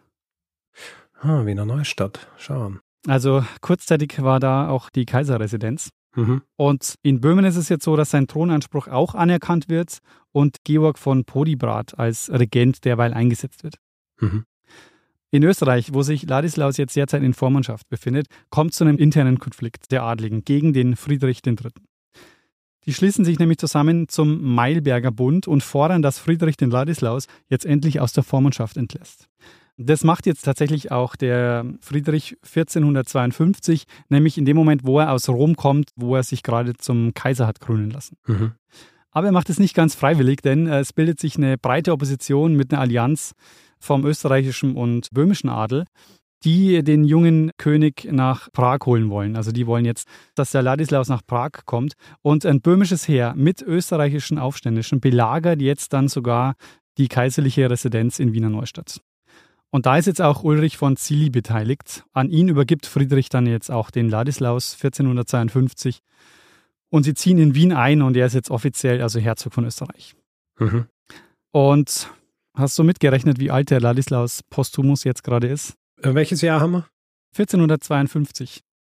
Ah, Wiener Neustadt, schauen. Also kurzzeitig war da auch die Kaiserresidenz. Mhm. Und in Böhmen ist es jetzt so, dass sein Thronanspruch auch anerkannt wird und Georg von Podiebrad als Regent derweil eingesetzt wird. Mhm. In Österreich, wo sich Ladislaus jetzt derzeit in Vormundschaft befindet, kommt zu einem internen Konflikt der Adligen gegen den Friedrich der Dritte. Die schließen sich nämlich zusammen zum Mailberger Bund und fordern, dass Friedrich den Ladislaus jetzt endlich aus der Vormundschaft entlässt. Das macht jetzt tatsächlich auch der Friedrich vierzehnhundertzweiundfünfzig, nämlich in dem Moment, wo er aus Rom kommt, wo er sich gerade zum Kaiser hat krönen lassen. Mhm. Aber er macht es nicht ganz freiwillig, denn es bildet sich eine breite Opposition mit einer Allianz vom österreichischen und böhmischen Adel, die den jungen König nach Prag holen wollen. Also die wollen jetzt, dass der Ladislaus nach Prag kommt und ein böhmisches Heer mit österreichischen Aufständischen belagert jetzt dann sogar die kaiserliche Residenz in Wiener Neustadt. Und da ist jetzt auch Ulrich von Cilli beteiligt. An ihn übergibt Friedrich dann jetzt auch den Ladislaus vierzehnhundertzweiundfünfzig. Und sie ziehen in Wien ein und er ist jetzt offiziell also Herzog von Österreich. Mhm. Und hast du mitgerechnet, wie alt der Ladislaus Postumus jetzt gerade ist? Welches Jahr haben wir? vierzehnhundertzweiundfünfzig.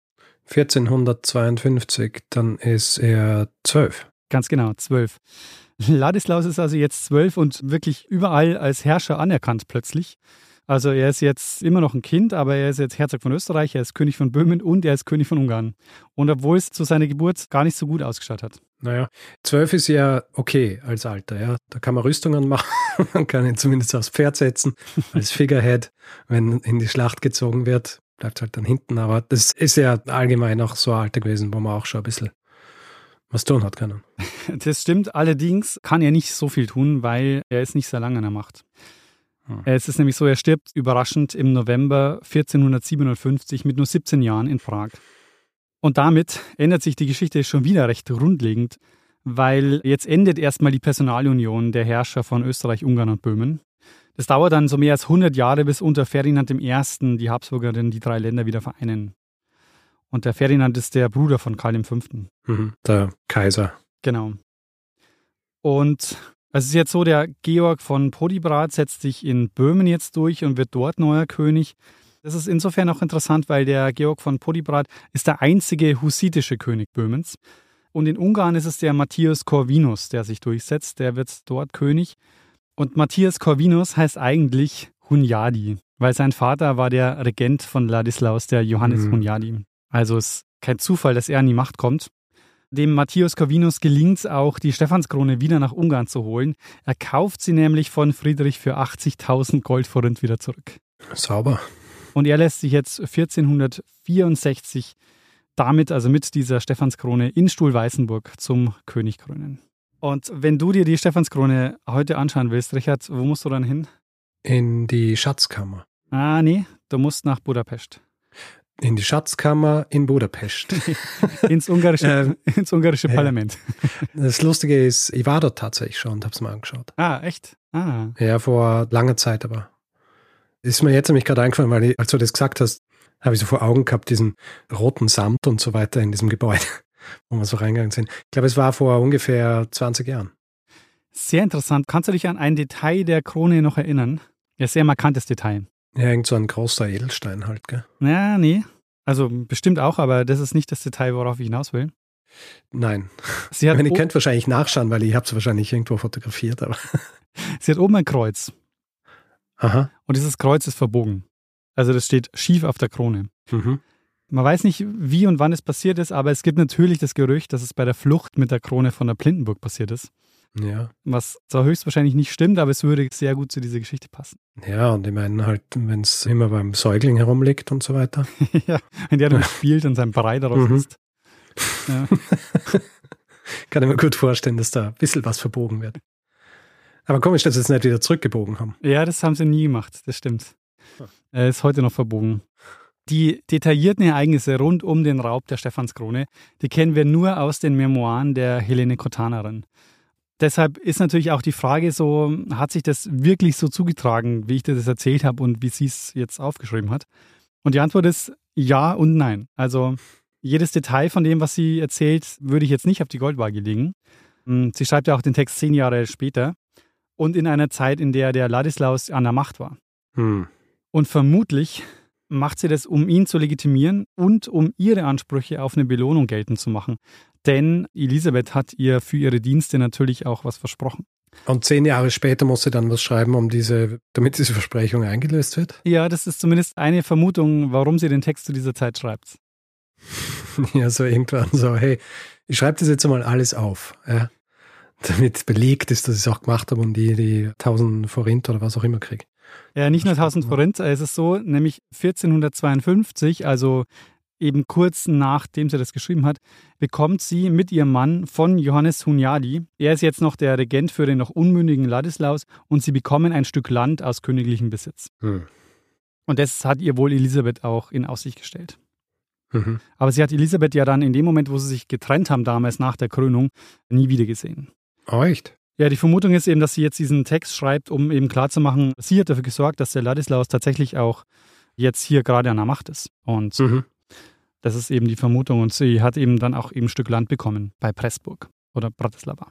vierzehnhundertzweiundfünfzig, dann ist er zwölf. Ganz genau, zwölf. Ladislaus ist also jetzt zwölf und wirklich überall als Herrscher anerkannt plötzlich. Also er ist jetzt immer noch ein Kind, aber er ist jetzt Herzog von Österreich, er ist König von Böhmen und er ist König von Ungarn. Und obwohl es zu seiner Geburt gar nicht so gut ausgeschaut hat. Naja, zwölf ist ja okay als Alter, ja. Da kann man Rüstungen machen, man kann ihn zumindest aufs Pferd setzen, als Figurehead, wenn in die Schlacht gezogen wird, bleibt halt dann hinten. Aber das ist ja allgemein auch so ein Alter gewesen, wo man auch schon ein bisschen was tun hat können. Das stimmt, allerdings kann er nicht so viel tun, weil er ist nicht sehr lange an der Macht. Hm. Es ist nämlich so, er stirbt überraschend im November vierzehnhundertsiebenundfünfzig mit nur siebzehn Jahren in Prag. Und damit ändert sich die Geschichte schon wieder recht grundlegend, weil jetzt endet erstmal die Personalunion der Herrscher von Österreich, Ungarn und Böhmen. Das dauert dann so mehr als hundert Jahre, bis unter Ferdinand der Erste die Habsburger dann die drei Länder wieder vereinen. Und der Ferdinand ist der Bruder von Karl der Fünfte. Mhm, der Kaiser. Genau. Und es ist jetzt so, der Georg von Podiebrad setzt sich in Böhmen jetzt durch und wird dort neuer König. Das ist insofern auch interessant, weil der Georg von Podiebrad ist der einzige hussitische König Böhmens. Und in Ungarn ist es der Matthias Corvinus, der sich durchsetzt. Der wird dort König. Und Matthias Corvinus heißt eigentlich Hunyadi, weil sein Vater war der Regent von Ladislaus, der Johannes mhm. Hunyadi. Also es ist kein Zufall, dass er an die Macht kommt. Dem Matthias Corvinus gelingt es auch, die Stephanskrone wieder nach Ungarn zu holen. Er kauft sie nämlich von Friedrich für achtzigtausend Goldforint wieder zurück. Sauber. Und er lässt sich jetzt vierzehnhundertvierundsechzig damit, also mit dieser Stephanskrone in Stuhlweißenburg zum König krönen. Und wenn du dir die Stephanskrone heute anschauen willst, Richard, wo musst du dann hin? In die Schatzkammer. Ah, nee, du musst nach Budapest. In die Schatzkammer in Budapest. ins ungarische, äh, ins ungarische Parlament. Das Lustige ist, ich war dort tatsächlich schon und habe es mal angeschaut. Ah, echt? Ah. Ja, vor langer Zeit aber. Ist mir jetzt nämlich gerade eingefallen, weil ich, als du das gesagt hast, habe ich so vor Augen gehabt, diesen roten Samt und so weiter in diesem Gebäude, wo wir so reingegangen sind. Ich glaube, es war vor ungefähr zwanzig Jahren. Sehr interessant. Kannst du dich an ein Detail der Krone noch erinnern? Ja, sehr markantes Detail. Ja, irgend so ein großer Edelstein halt, gell? Ja, nee. Also bestimmt auch, aber das ist nicht das Detail, worauf ich hinaus will. Nein. Sie hat ich meine, ihr könnt wahrscheinlich nachschauen, weil ich habe es wahrscheinlich irgendwo fotografiert. Aber Sie hat oben ein Kreuz. Aha. Und dieses Kreuz ist verbogen. Also das steht schief auf der Krone. Mhm. Man weiß nicht, wie und wann es passiert ist, aber es gibt natürlich das Gerücht, dass es bei der Flucht mit der Krone von der Plindenburg passiert ist. Ja. Was zwar höchstwahrscheinlich nicht stimmt, aber es würde sehr gut zu dieser Geschichte passen. Ja, und ich meine halt, wenn es immer beim Säugling herumliegt und so weiter. Ja, wenn der dann spielt und sein Brei daraus Mhm. ist. Ja. Kann ich mir gut vorstellen, dass da ein bisschen was verbogen wird. Aber komisch, dass sie es nicht wieder zurückgebogen haben. ja, das haben sie nie gemacht, das stimmt. Er ist heute noch verbogen. Die detaillierten Ereignisse rund um den Raub der Stephanskrone, die kennen wir nur aus den Memoiren der Helene Kottanerin. Deshalb ist natürlich auch die Frage so, hat sich das wirklich so zugetragen, wie ich dir das erzählt habe und wie sie es jetzt aufgeschrieben hat? Und die Antwort ist ja und nein. Also jedes Detail von dem, was sie erzählt, würde ich jetzt nicht auf die Goldwaage legen. Sie schreibt ja auch den Text zehn Jahre später und in einer Zeit, in der der Ladislaus an der Macht war. Hm. Und vermutlich macht sie das, um ihn zu legitimieren und um ihre Ansprüche auf eine Belohnung geltend zu machen. Denn Elisabeth hat ihr für ihre Dienste natürlich auch was versprochen. Und zehn Jahre später muss sie dann was schreiben, um diese, damit diese Versprechung eingelöst wird? Ja, das ist zumindest eine Vermutung, warum sie den Text zu dieser Zeit schreibt. Ja, so irgendwann so, hey, ich schreibe das jetzt einmal alles auf, ja, damit belegt ist, dass ich es auch gemacht habe und die, die tausend Forint oder was auch immer kriege. Ja, nicht nur tausend Forint, es ist so, nämlich vierzehnhundertzweiundfünfzig, also eben kurz nachdem sie das geschrieben hat, bekommt sie mit ihrem Mann von Johannes Hunyadi, er ist jetzt noch der Regent für den noch unmündigen Ladislaus und sie bekommen ein Stück Land aus königlichem Besitz. Hm. Und das hat ihr wohl Elisabeth auch in Aussicht gestellt. Mhm. Aber sie hat Elisabeth ja dann in dem Moment, wo sie sich getrennt haben, damals nach der Krönung, nie wieder gesehen. Oh, echt? Ja, die Vermutung ist eben, dass sie jetzt diesen Text schreibt, um eben klarzumachen, sie hat dafür gesorgt, dass der Ladislaus tatsächlich auch jetzt hier gerade an der Macht ist. Und Mhm. das ist eben die Vermutung. Und sie hat eben dann auch eben ein Stück Land bekommen bei Pressburg oder Bratislava.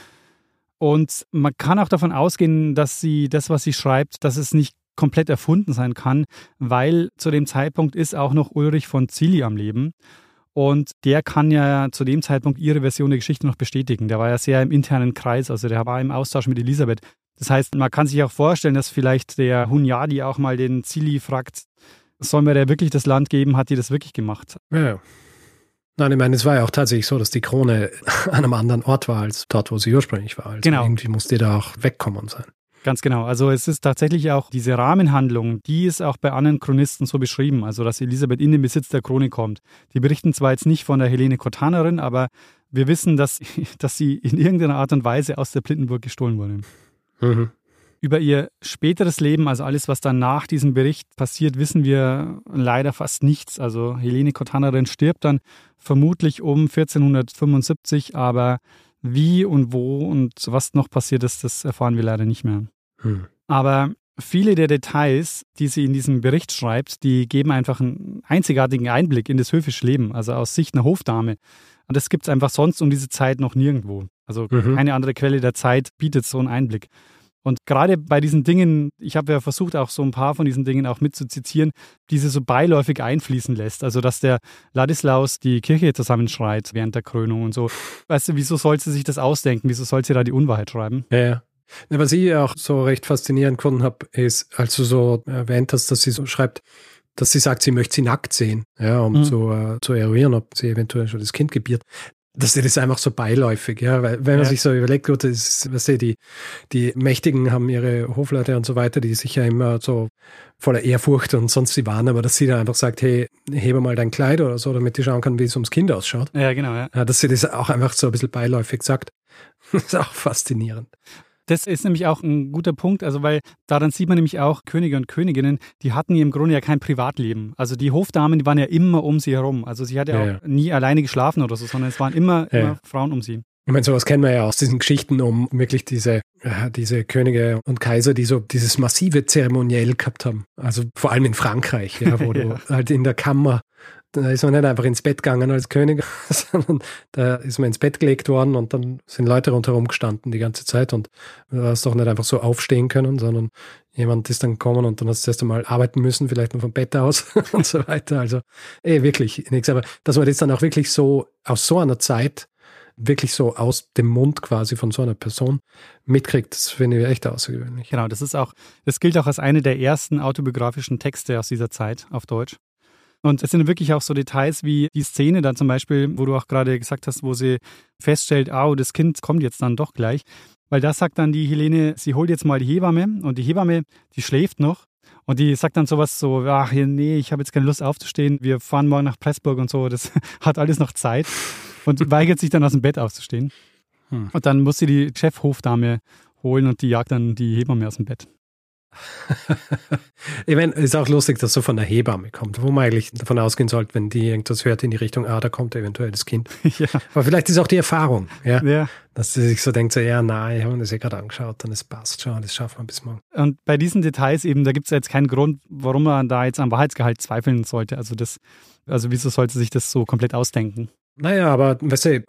Und man kann auch davon ausgehen, dass sie das, was sie schreibt, dass es nicht komplett erfunden sein kann, weil zu dem Zeitpunkt ist auch noch Ulrich von Zilli am Leben. Und der kann ja zu dem Zeitpunkt ihre Version der Geschichte noch bestätigen. Der war ja sehr im internen Kreis, also der war im Austausch mit Elisabeth. Das heißt, man kann sich auch vorstellen, dass vielleicht der Hunyadi auch mal den Zilli fragt, soll mir der wirklich das Land geben, hat die das wirklich gemacht? Ja. Nein, ich meine, es war ja auch tatsächlich so, dass die Krone an einem anderen Ort war, als dort, wo sie ursprünglich war. Also genau. Irgendwie musste die da auch wegkommen sein. Ganz genau. Also es ist tatsächlich auch diese Rahmenhandlung, die ist auch bei anderen Chronisten so beschrieben, also dass Elisabeth in den Besitz der Krone kommt. Die berichten zwar jetzt nicht von der Helene Kottanerin, aber wir wissen, dass, dass sie in irgendeiner Art und Weise aus der Plindenburg gestohlen wurde. Mhm. Über ihr späteres Leben, also alles, was dann nach diesem Bericht passiert, wissen wir leider fast nichts. Also Helene Kottanerin stirbt dann vermutlich um vierzehnhundertfünfundsiebzig, aber wie und wo und was noch passiert ist, das erfahren wir leider nicht mehr. Hm. Aber viele der Details, die sie in diesem Bericht schreibt, die geben einfach einen einzigartigen Einblick in das höfische Leben, also aus Sicht einer Hofdame. Und das gibt es einfach sonst um diese Zeit noch nirgendwo. Also mhm. keine andere Quelle der Zeit bietet so einen Einblick. Und gerade bei diesen Dingen, ich habe ja versucht, auch so ein paar von diesen Dingen auch mitzuzitieren, die sie so beiläufig einfließen lässt. Also, dass der Ladislaus die Kirche zusammenschreit während der Krönung und so. Weißt du, wieso soll sie sich das ausdenken? Wieso soll sie da die Unwahrheit schreiben? Ja, ja. Was ich auch so recht faszinierend gefunden habe, ist, als du so erwähnt hast, dass sie so schreibt, dass sie sagt, sie möchte sie nackt sehen, ja, um mhm. zu, äh, zu eruieren, ob sie eventuell schon das Kind gebiert. Das ist einfach so beiläufig, ja, weil wenn man ja. sich so überlegt, gut, das ist, weißt du, die, die Mächtigen haben ihre Hofleute und so weiter, die sicher immer so voller Ehrfurcht und sonst sie waren, aber dass sie dann einfach sagt, hey, hebe mal dein Kleid oder so, damit die schauen kann, wie es ums Kind ausschaut. Ja, genau, ja. ja. Dass sie das auch einfach so ein bisschen beiläufig sagt. Das ist auch faszinierend. Das ist nämlich auch ein guter Punkt, also weil daran sieht man nämlich auch, Könige und Königinnen, die hatten im Grunde ja kein Privatleben. Also die Hofdamen, die waren ja immer um sie herum. Also sie hat ja, ja auch ja. nie alleine geschlafen oder so, sondern es waren immer, ja. immer Frauen um sie. Ich meine, sowas kennen wir ja aus diesen Geschichten um wirklich diese, äh, diese Könige und Kaiser, die so dieses massive Zeremoniell gehabt haben. Also vor allem in Frankreich, ja, wo ja. du halt in der Kammer, da ist man nicht einfach ins Bett gegangen als König, sondern da ist man ins Bett gelegt worden und dann sind Leute rundherum gestanden die ganze Zeit und du hast doch nicht einfach so aufstehen können, sondern jemand ist dann gekommen und dann hast du erst einmal arbeiten müssen, vielleicht noch vom Bett aus und so weiter. Also eh wirklich nichts. Aber dass man das dann auch wirklich so aus so einer Zeit wirklich so aus dem Mund quasi von so einer Person mitkriegt, das finde ich echt außergewöhnlich. Genau, das ist auch, das gilt auch als eine der ersten autobiografischen Texte aus dieser Zeit auf Deutsch. Und es sind wirklich auch so Details wie die Szene dann zum Beispiel, wo du auch gerade gesagt hast, wo sie feststellt, oh, das Kind kommt jetzt dann doch gleich. Weil da sagt dann die Helene, sie holt jetzt mal die Hebamme und die Hebamme, die schläft noch und die sagt dann sowas so, ach nee, ich habe jetzt keine Lust aufzustehen, wir fahren morgen nach Pressburg und so, das hat alles noch Zeit und weigert sich dann aus dem Bett aufzustehen. Hm. Und dann muss sie die Chefhofdame holen und die jagt dann die Hebamme aus dem Bett. Ich meine, es ist auch lustig, dass so von der Hebamme kommt, wo man eigentlich davon ausgehen sollte, wenn die irgendwas hört in die Richtung, ah, da kommt eventuell das Kind. Ja. Aber vielleicht ist auch die Erfahrung, ja, ja. dass sie sich so denkt, so, ja, nein, ich habe mir das ja gerade angeschaut und es passt schon, das schaffen wir bis morgen. Und bei diesen Details eben, da gibt es jetzt keinen Grund, warum man da jetzt am Wahrheitsgehalt zweifeln sollte. Also das, also wieso sollte sich das so komplett ausdenken? Naja, aber weißt du,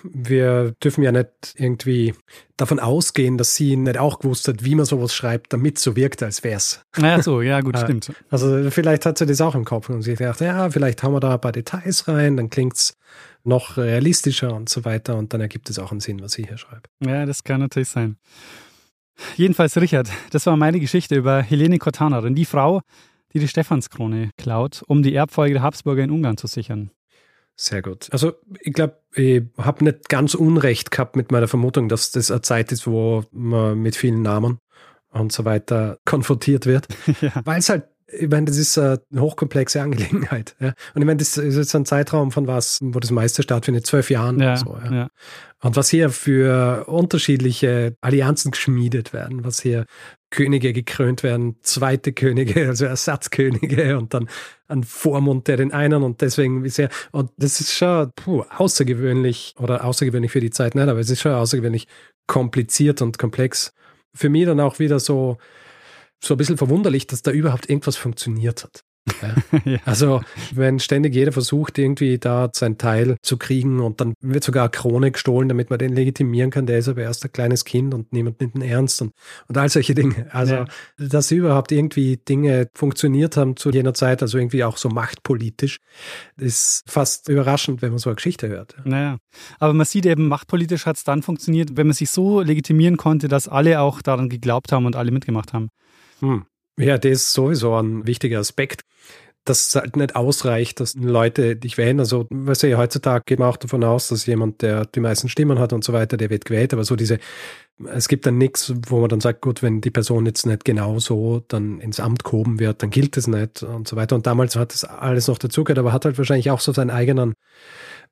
wir dürfen ja nicht irgendwie davon ausgehen, dass sie nicht auch gewusst hat, wie man sowas schreibt, damit es so wirkt, als wäre es. Naja, so, ja gut, stimmt. Also vielleicht hat sie das auch im Kopf und sie hat gedacht, ja, vielleicht hauen wir da ein paar Details rein, dann klingt es noch realistischer und so weiter und dann ergibt es auch einen Sinn, was sie hier schreibt. Ja, das kann natürlich sein. Jedenfalls, Richard, das war meine Geschichte über Helene Cortanerin, die Frau, die die Stephanskrone klaut, um die Erbfolge der Habsburger in Ungarn zu sichern. Sehr gut. Also ich glaube, ich habe nicht ganz Unrecht gehabt mit meiner Vermutung, dass das eine Zeit ist, wo man mit vielen Namen und so weiter konfrontiert wird. Ja. Weil es halt, ich meine, das ist eine hochkomplexe Angelegenheit. Ja? Und ich meine, das ist jetzt ein Zeitraum von was, wo das meiste stattfindet, zwölf Jahren ja, oder so. Ja? Ja. Und was hier für unterschiedliche Allianzen geschmiedet werden, was hier Könige gekrönt werden, zweite Könige, also Ersatzkönige und dann ein Vormund der den einen und deswegen ist ja, und das ist schon puh, außergewöhnlich oder außergewöhnlich für die Zeit nicht, aber es ist schon außergewöhnlich kompliziert und komplex. Für mich dann auch wieder so, so ein bisschen verwunderlich, dass da überhaupt irgendwas funktioniert hat. Ja. Ja. Also wenn ständig jeder versucht, irgendwie da sein Teil zu kriegen und dann wird sogar eine Krone gestohlen, damit man den legitimieren kann, der ist aber erst ein kleines Kind und niemand nimmt ihn ernst und, und all solche Dinge. Also ja. dass überhaupt irgendwie Dinge funktioniert haben zu jener Zeit, also irgendwie auch so machtpolitisch, ist fast überraschend, wenn man so eine Geschichte hört. Naja, aber man sieht eben, machtpolitisch hat es dann funktioniert, wenn man sich so legitimieren konnte, dass alle auch daran geglaubt haben und alle mitgemacht haben. Hm. Ja, das ist sowieso ein wichtiger Aspekt, dass es halt nicht ausreicht, dass Leute dich wählen. Also, weißt du, heutzutage geht man auch davon aus, dass jemand, der die meisten Stimmen hat und so weiter, der wird gewählt. Aber so diese, es gibt dann nichts, wo man dann sagt, gut, wenn die Person jetzt nicht genau so dann ins Amt gehoben wird, dann gilt es nicht und so weiter. Und damals hat das alles noch dazugehört, aber hat halt wahrscheinlich auch so seinen eigenen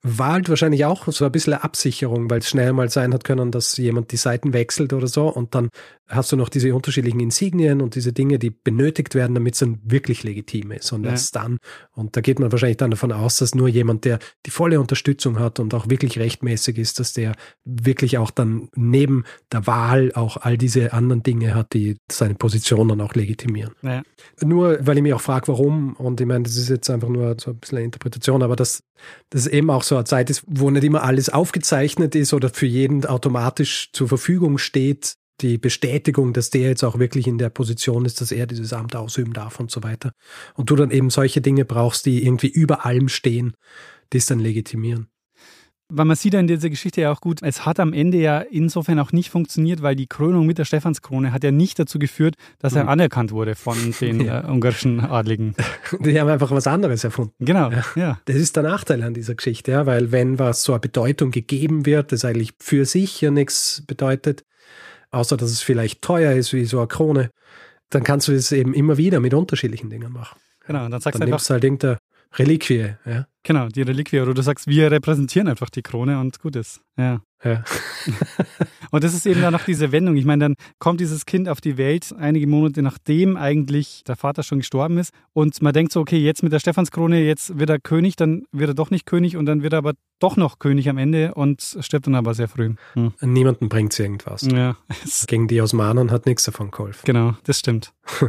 war halt wahrscheinlich auch so ein bisschen eine Absicherung, weil es schnell mal sein hat können, dass jemand die Seiten wechselt oder so und dann hast du noch diese unterschiedlichen Insignien und diese Dinge, die benötigt werden, damit es dann wirklich legitim ist und ja. erst dann. Und da geht man wahrscheinlich dann davon aus, dass nur jemand, der die volle Unterstützung hat und auch wirklich rechtmäßig ist, dass der wirklich auch dann neben der Wahl auch all diese anderen Dinge hat, die seine Position dann auch legitimieren. Ja. Nur, weil ich mich auch frage, warum, und ich meine, das ist jetzt einfach nur so ein bisschen eine Interpretation, aber dass das eben auch so eine Zeit ist, wo nicht immer alles aufgezeichnet ist oder für jeden automatisch zur Verfügung steht, die Bestätigung, dass der jetzt auch wirklich in der Position ist, dass er dieses Amt ausüben darf und so weiter. Und du dann eben solche Dinge brauchst, die irgendwie über allem stehen, die es dann legitimieren. Weil man sieht ja in dieser Geschichte ja auch gut, es hat am Ende ja insofern auch nicht funktioniert, weil die Krönung mit der Stephanskrone hat ja nicht dazu geführt, dass er mhm. anerkannt wurde von den ja. äh, ungarischen Adligen. Die haben einfach was anderes erfunden. Genau, ja. ja. Das ist der Nachteil an dieser Geschichte, ja, weil wenn was so eine Bedeutung gegeben wird, das eigentlich für sich ja nichts bedeutet, außer dass es vielleicht teuer ist wie so eine Krone, dann kannst du es eben immer wieder mit unterschiedlichen Dingen machen. Genau, und dann sagst dann du einfach, nimmst du halt irgendeine Reliquie, ja. Genau, die Reliquie. Oder du sagst, wir repräsentieren einfach die Krone und gut ist. Ja. ja. Und das ist eben dann noch diese Wendung. Ich meine, dann kommt dieses Kind auf die Welt, einige Monate nachdem eigentlich der Vater schon gestorben ist. Und man denkt so, okay, jetzt mit der Stephanskrone, jetzt wird er König, dann wird er doch nicht König und dann wird er aber doch noch König am Ende und stirbt dann aber sehr früh. Hm. Niemanden bringt es irgendwas. Ja. Gegen die Osmanen hat nichts davon geholfen. Genau, das stimmt.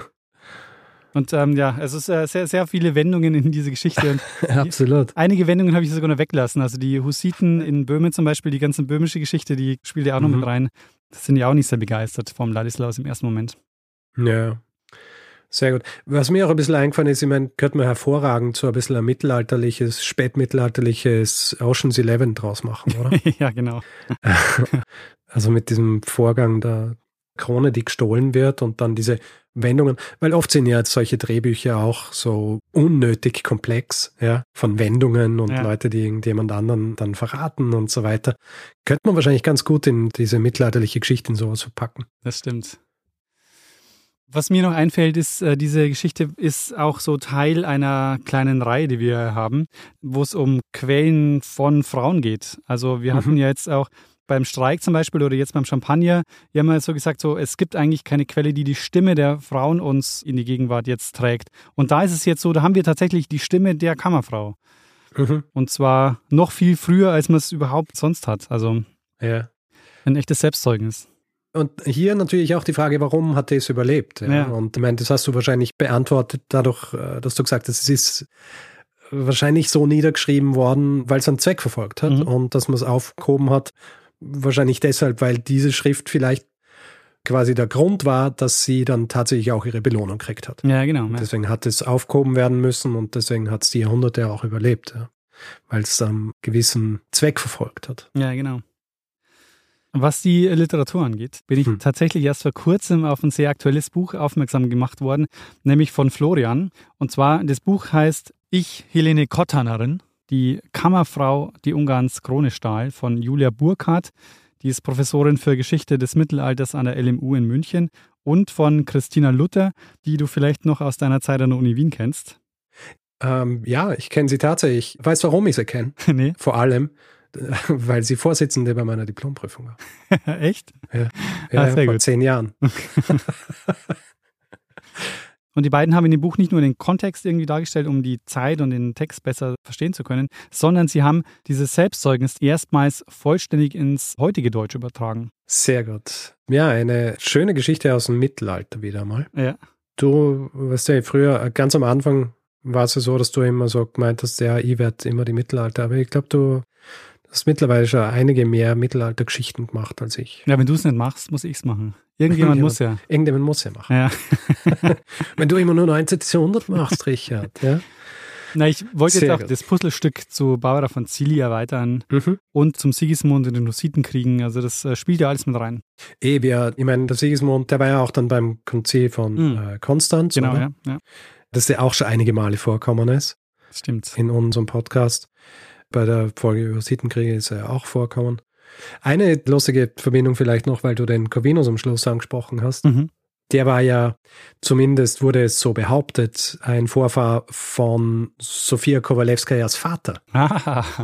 Und ähm, ja, es ist äh, sehr, sehr viele Wendungen in diese Geschichte. Absolut. Einige Wendungen habe ich sogar noch weggelassen. Also die Hussiten in Böhmen zum Beispiel, die ganze böhmische Geschichte, die spielt ja auch mhm. noch mit rein. Das sind ja auch nicht sehr begeistert vom Ladislaus im ersten Moment. Ja, sehr gut. Was mir auch ein bisschen eingefallen ist, ich meine, könnte man hervorragend so ein bisschen ein mittelalterliches, spätmittelalterliches Ocean's Eleven draus machen, oder? Ja, genau. Also mit diesem Vorgang der Krone, die gestohlen wird und dann diese Wendungen, weil oft sind ja jetzt solche Drehbücher auch so unnötig komplex, ja, von Wendungen und ja. Leute, die irgendjemand anderen dann verraten und so weiter. Könnte man wahrscheinlich ganz gut in diese mittelalterliche Geschichte in sowas verpacken. Das stimmt. Was mir noch einfällt, ist, äh, diese Geschichte ist auch so Teil einer kleinen Reihe, die wir haben, wo es um Quellen von Frauen geht. Also wir mhm. hatten ja jetzt auch beim Streik zum Beispiel oder jetzt beim Champagner, wir haben ja so gesagt, so, es gibt eigentlich keine Quelle, die die Stimme der Frauen uns in die Gegenwart jetzt trägt. Und da ist es jetzt so, da haben wir tatsächlich die Stimme der Kammerfrau. Mhm. Und zwar noch viel früher, als man es überhaupt sonst hat. Also ja. ein echtes Selbstzeugnis. Und hier natürlich auch die Frage, warum hat er es überlebt? Ja? Ja. Und ich meine, das hast du wahrscheinlich beantwortet dadurch, dass du gesagt hast, es ist wahrscheinlich so niedergeschrieben worden, weil es einen Zweck verfolgt hat mhm. und dass man es aufgehoben hat, wahrscheinlich deshalb, weil diese Schrift vielleicht quasi der Grund war, dass sie dann tatsächlich auch ihre Belohnung gekriegt hat. Ja, genau. Ja. Deswegen hat es aufgehoben werden müssen und deswegen hat es die Jahrhunderte auch überlebt, ja? Weil es einen gewissen Zweck verfolgt hat. Ja, genau. Was die Literatur angeht, bin ich hm. tatsächlich erst vor kurzem auf ein sehr aktuelles Buch aufmerksam gemacht worden, nämlich von Florian. Und zwar, das Buch heißt Ich, Helene Kottanerin, die Kammerfrau, die Ungarns Krone stahl, von Julia Burkhardt. Die ist Professorin für Geschichte des Mittelalters an der L M U in München. Und von Christina Luther, die du vielleicht noch aus deiner Zeit an der Uni Wien kennst. Ähm, ja, ich kenne sie tatsächlich. Ich weiß, warum ich sie kenne. Nee. Vor allem, weil sie Vorsitzende bei meiner Diplomprüfung war. Echt? Ja, ja ah, sehr vor gut. zehn Jahren. Und die beiden haben in dem Buch nicht nur den Kontext irgendwie dargestellt, um die Zeit und den Text besser verstehen zu können, sondern sie haben dieses Selbstzeugnis erstmals vollständig ins heutige Deutsch übertragen. Sehr gut. Ja, eine schöne Geschichte aus dem Mittelalter wieder mal. Ja. Du, weißt du, früher, ganz am Anfang war es ja so, dass du immer so gemeint hast, ja, ich werde immer die Mittelalter, aber ich glaube, du hast mittlerweile schon einige mehr Mittelaltergeschichten gemacht als ich. Ja, wenn du es nicht machst, muss ich es machen. Irgendjemand muss ja. Irgendjemand muss ja machen. Ja. Wenn du immer nur neunzehnten. Jahrhundert machst, Richard. Ja. Na, ich wollte Sehr jetzt auch gut. das Puzzlestück zu Barbara von Cilli erweitern mhm. und zum Sigismund und den Hussitenkriegen. Also das äh, spielt ja alles mit rein. Eh, wir, ich meine, der Sigismund, der war ja auch dann beim Konzil von mhm. äh, Konstanz. Genau, oder? ja, ja. Das ja auch schon einige Male vorkommen ist. Stimmt. In unserem Podcast. Bei der Folge über Hussitenkriege ist er ja auch vorkommen. Eine lustige Verbindung vielleicht noch, weil du den Corvinus am Schluss angesprochen hast. Mhm. Der war ja, zumindest wurde es so behauptet, ein Vorfahr von Sofia Kowalewskajas Vater. Ah.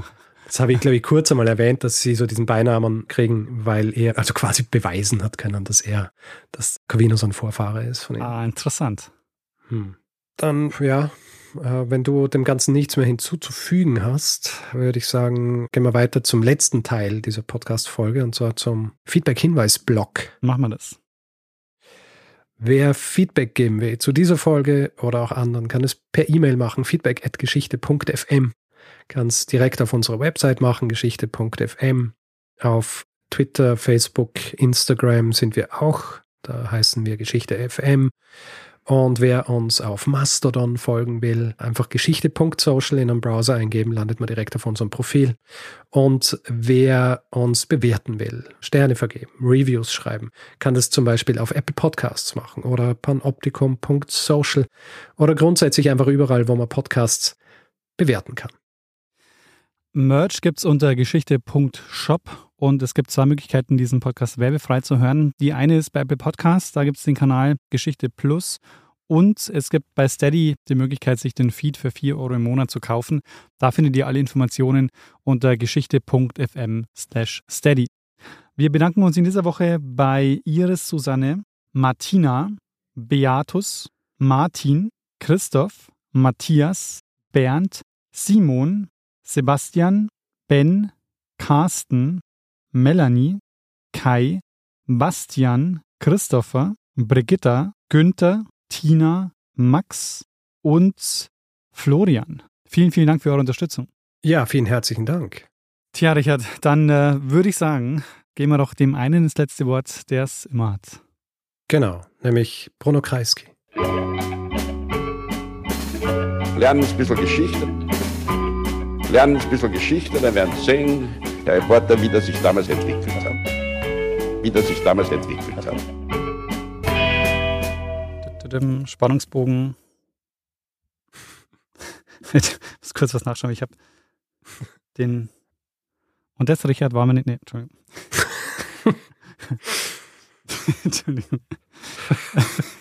Das habe ich, glaube ich, kurz einmal erwähnt, dass sie so diesen Beinamen kriegen, weil er also quasi beweisen hat können, dass er, dass Calvino so ein Vorfahre ist von ihm. Ah, interessant. Hm. Dann, ja, wenn du dem Ganzen nichts mehr hinzuzufügen hast, würde ich sagen, gehen wir weiter zum letzten Teil dieser Podcast-Folge und zwar zum Feedback-Hinweis-Block. Machen wir das. Wer Feedback geben will zu dieser Folge oder auch anderen, kann es per E-Mail machen, feedback at geschichte punkt f m. Kann es direkt auf unserer Website machen, geschichte punkt f m. Auf Twitter, Facebook, Instagram sind wir auch. Da heißen wir Geschichte F M. Und wer uns auf Mastodon folgen will, einfach geschichte punkt social in einem Browser eingeben, landet man direkt auf unserem Profil. Und wer uns bewerten will, Sterne vergeben, Reviews schreiben, kann das zum Beispiel auf Apple Podcasts machen oder panoptikum punkt social oder grundsätzlich einfach überall, wo man Podcasts bewerten kann. Merch gibt es unter geschichte punkt shop und es gibt zwei Möglichkeiten, diesen Podcast werbefrei zu hören. Die eine ist bei Apple Podcasts, da gibt es den Kanal Geschichte Plus und es gibt bei Steady die Möglichkeit, sich den Feed für vier Euro im Monat zu kaufen. Da findet ihr alle Informationen unter geschichte punkt f m slash steady. Wir bedanken uns in dieser Woche bei Iris Susanne, Martina, Beatus, Martin, Christoph, Matthias, Bernd, Simon, Sebastian, Ben, Carsten, Melanie, Kai, Bastian, Christopher, Brigitta, Günther, Tina, Max und Florian. Vielen, vielen Dank für eure Unterstützung. Ja, vielen herzlichen Dank. Tja, Richard, dann äh, würde ich sagen, geben wir doch dem einen das letzte Wort, der es immer hat. Genau, nämlich Bruno Kreisky. Lernen ein bisschen Geschichte. Lernen ein bisschen Geschichte, dann werden Sie sehen, der Reporter, wie das sich damals entwickelt hat. Wie das sich damals entwickelt hat. Spannungsbogen. Ich muss kurz was nachschauen. Ich habe den. Und das, Richard, war mir nicht. Nee, Entschuldigung. Entschuldigung.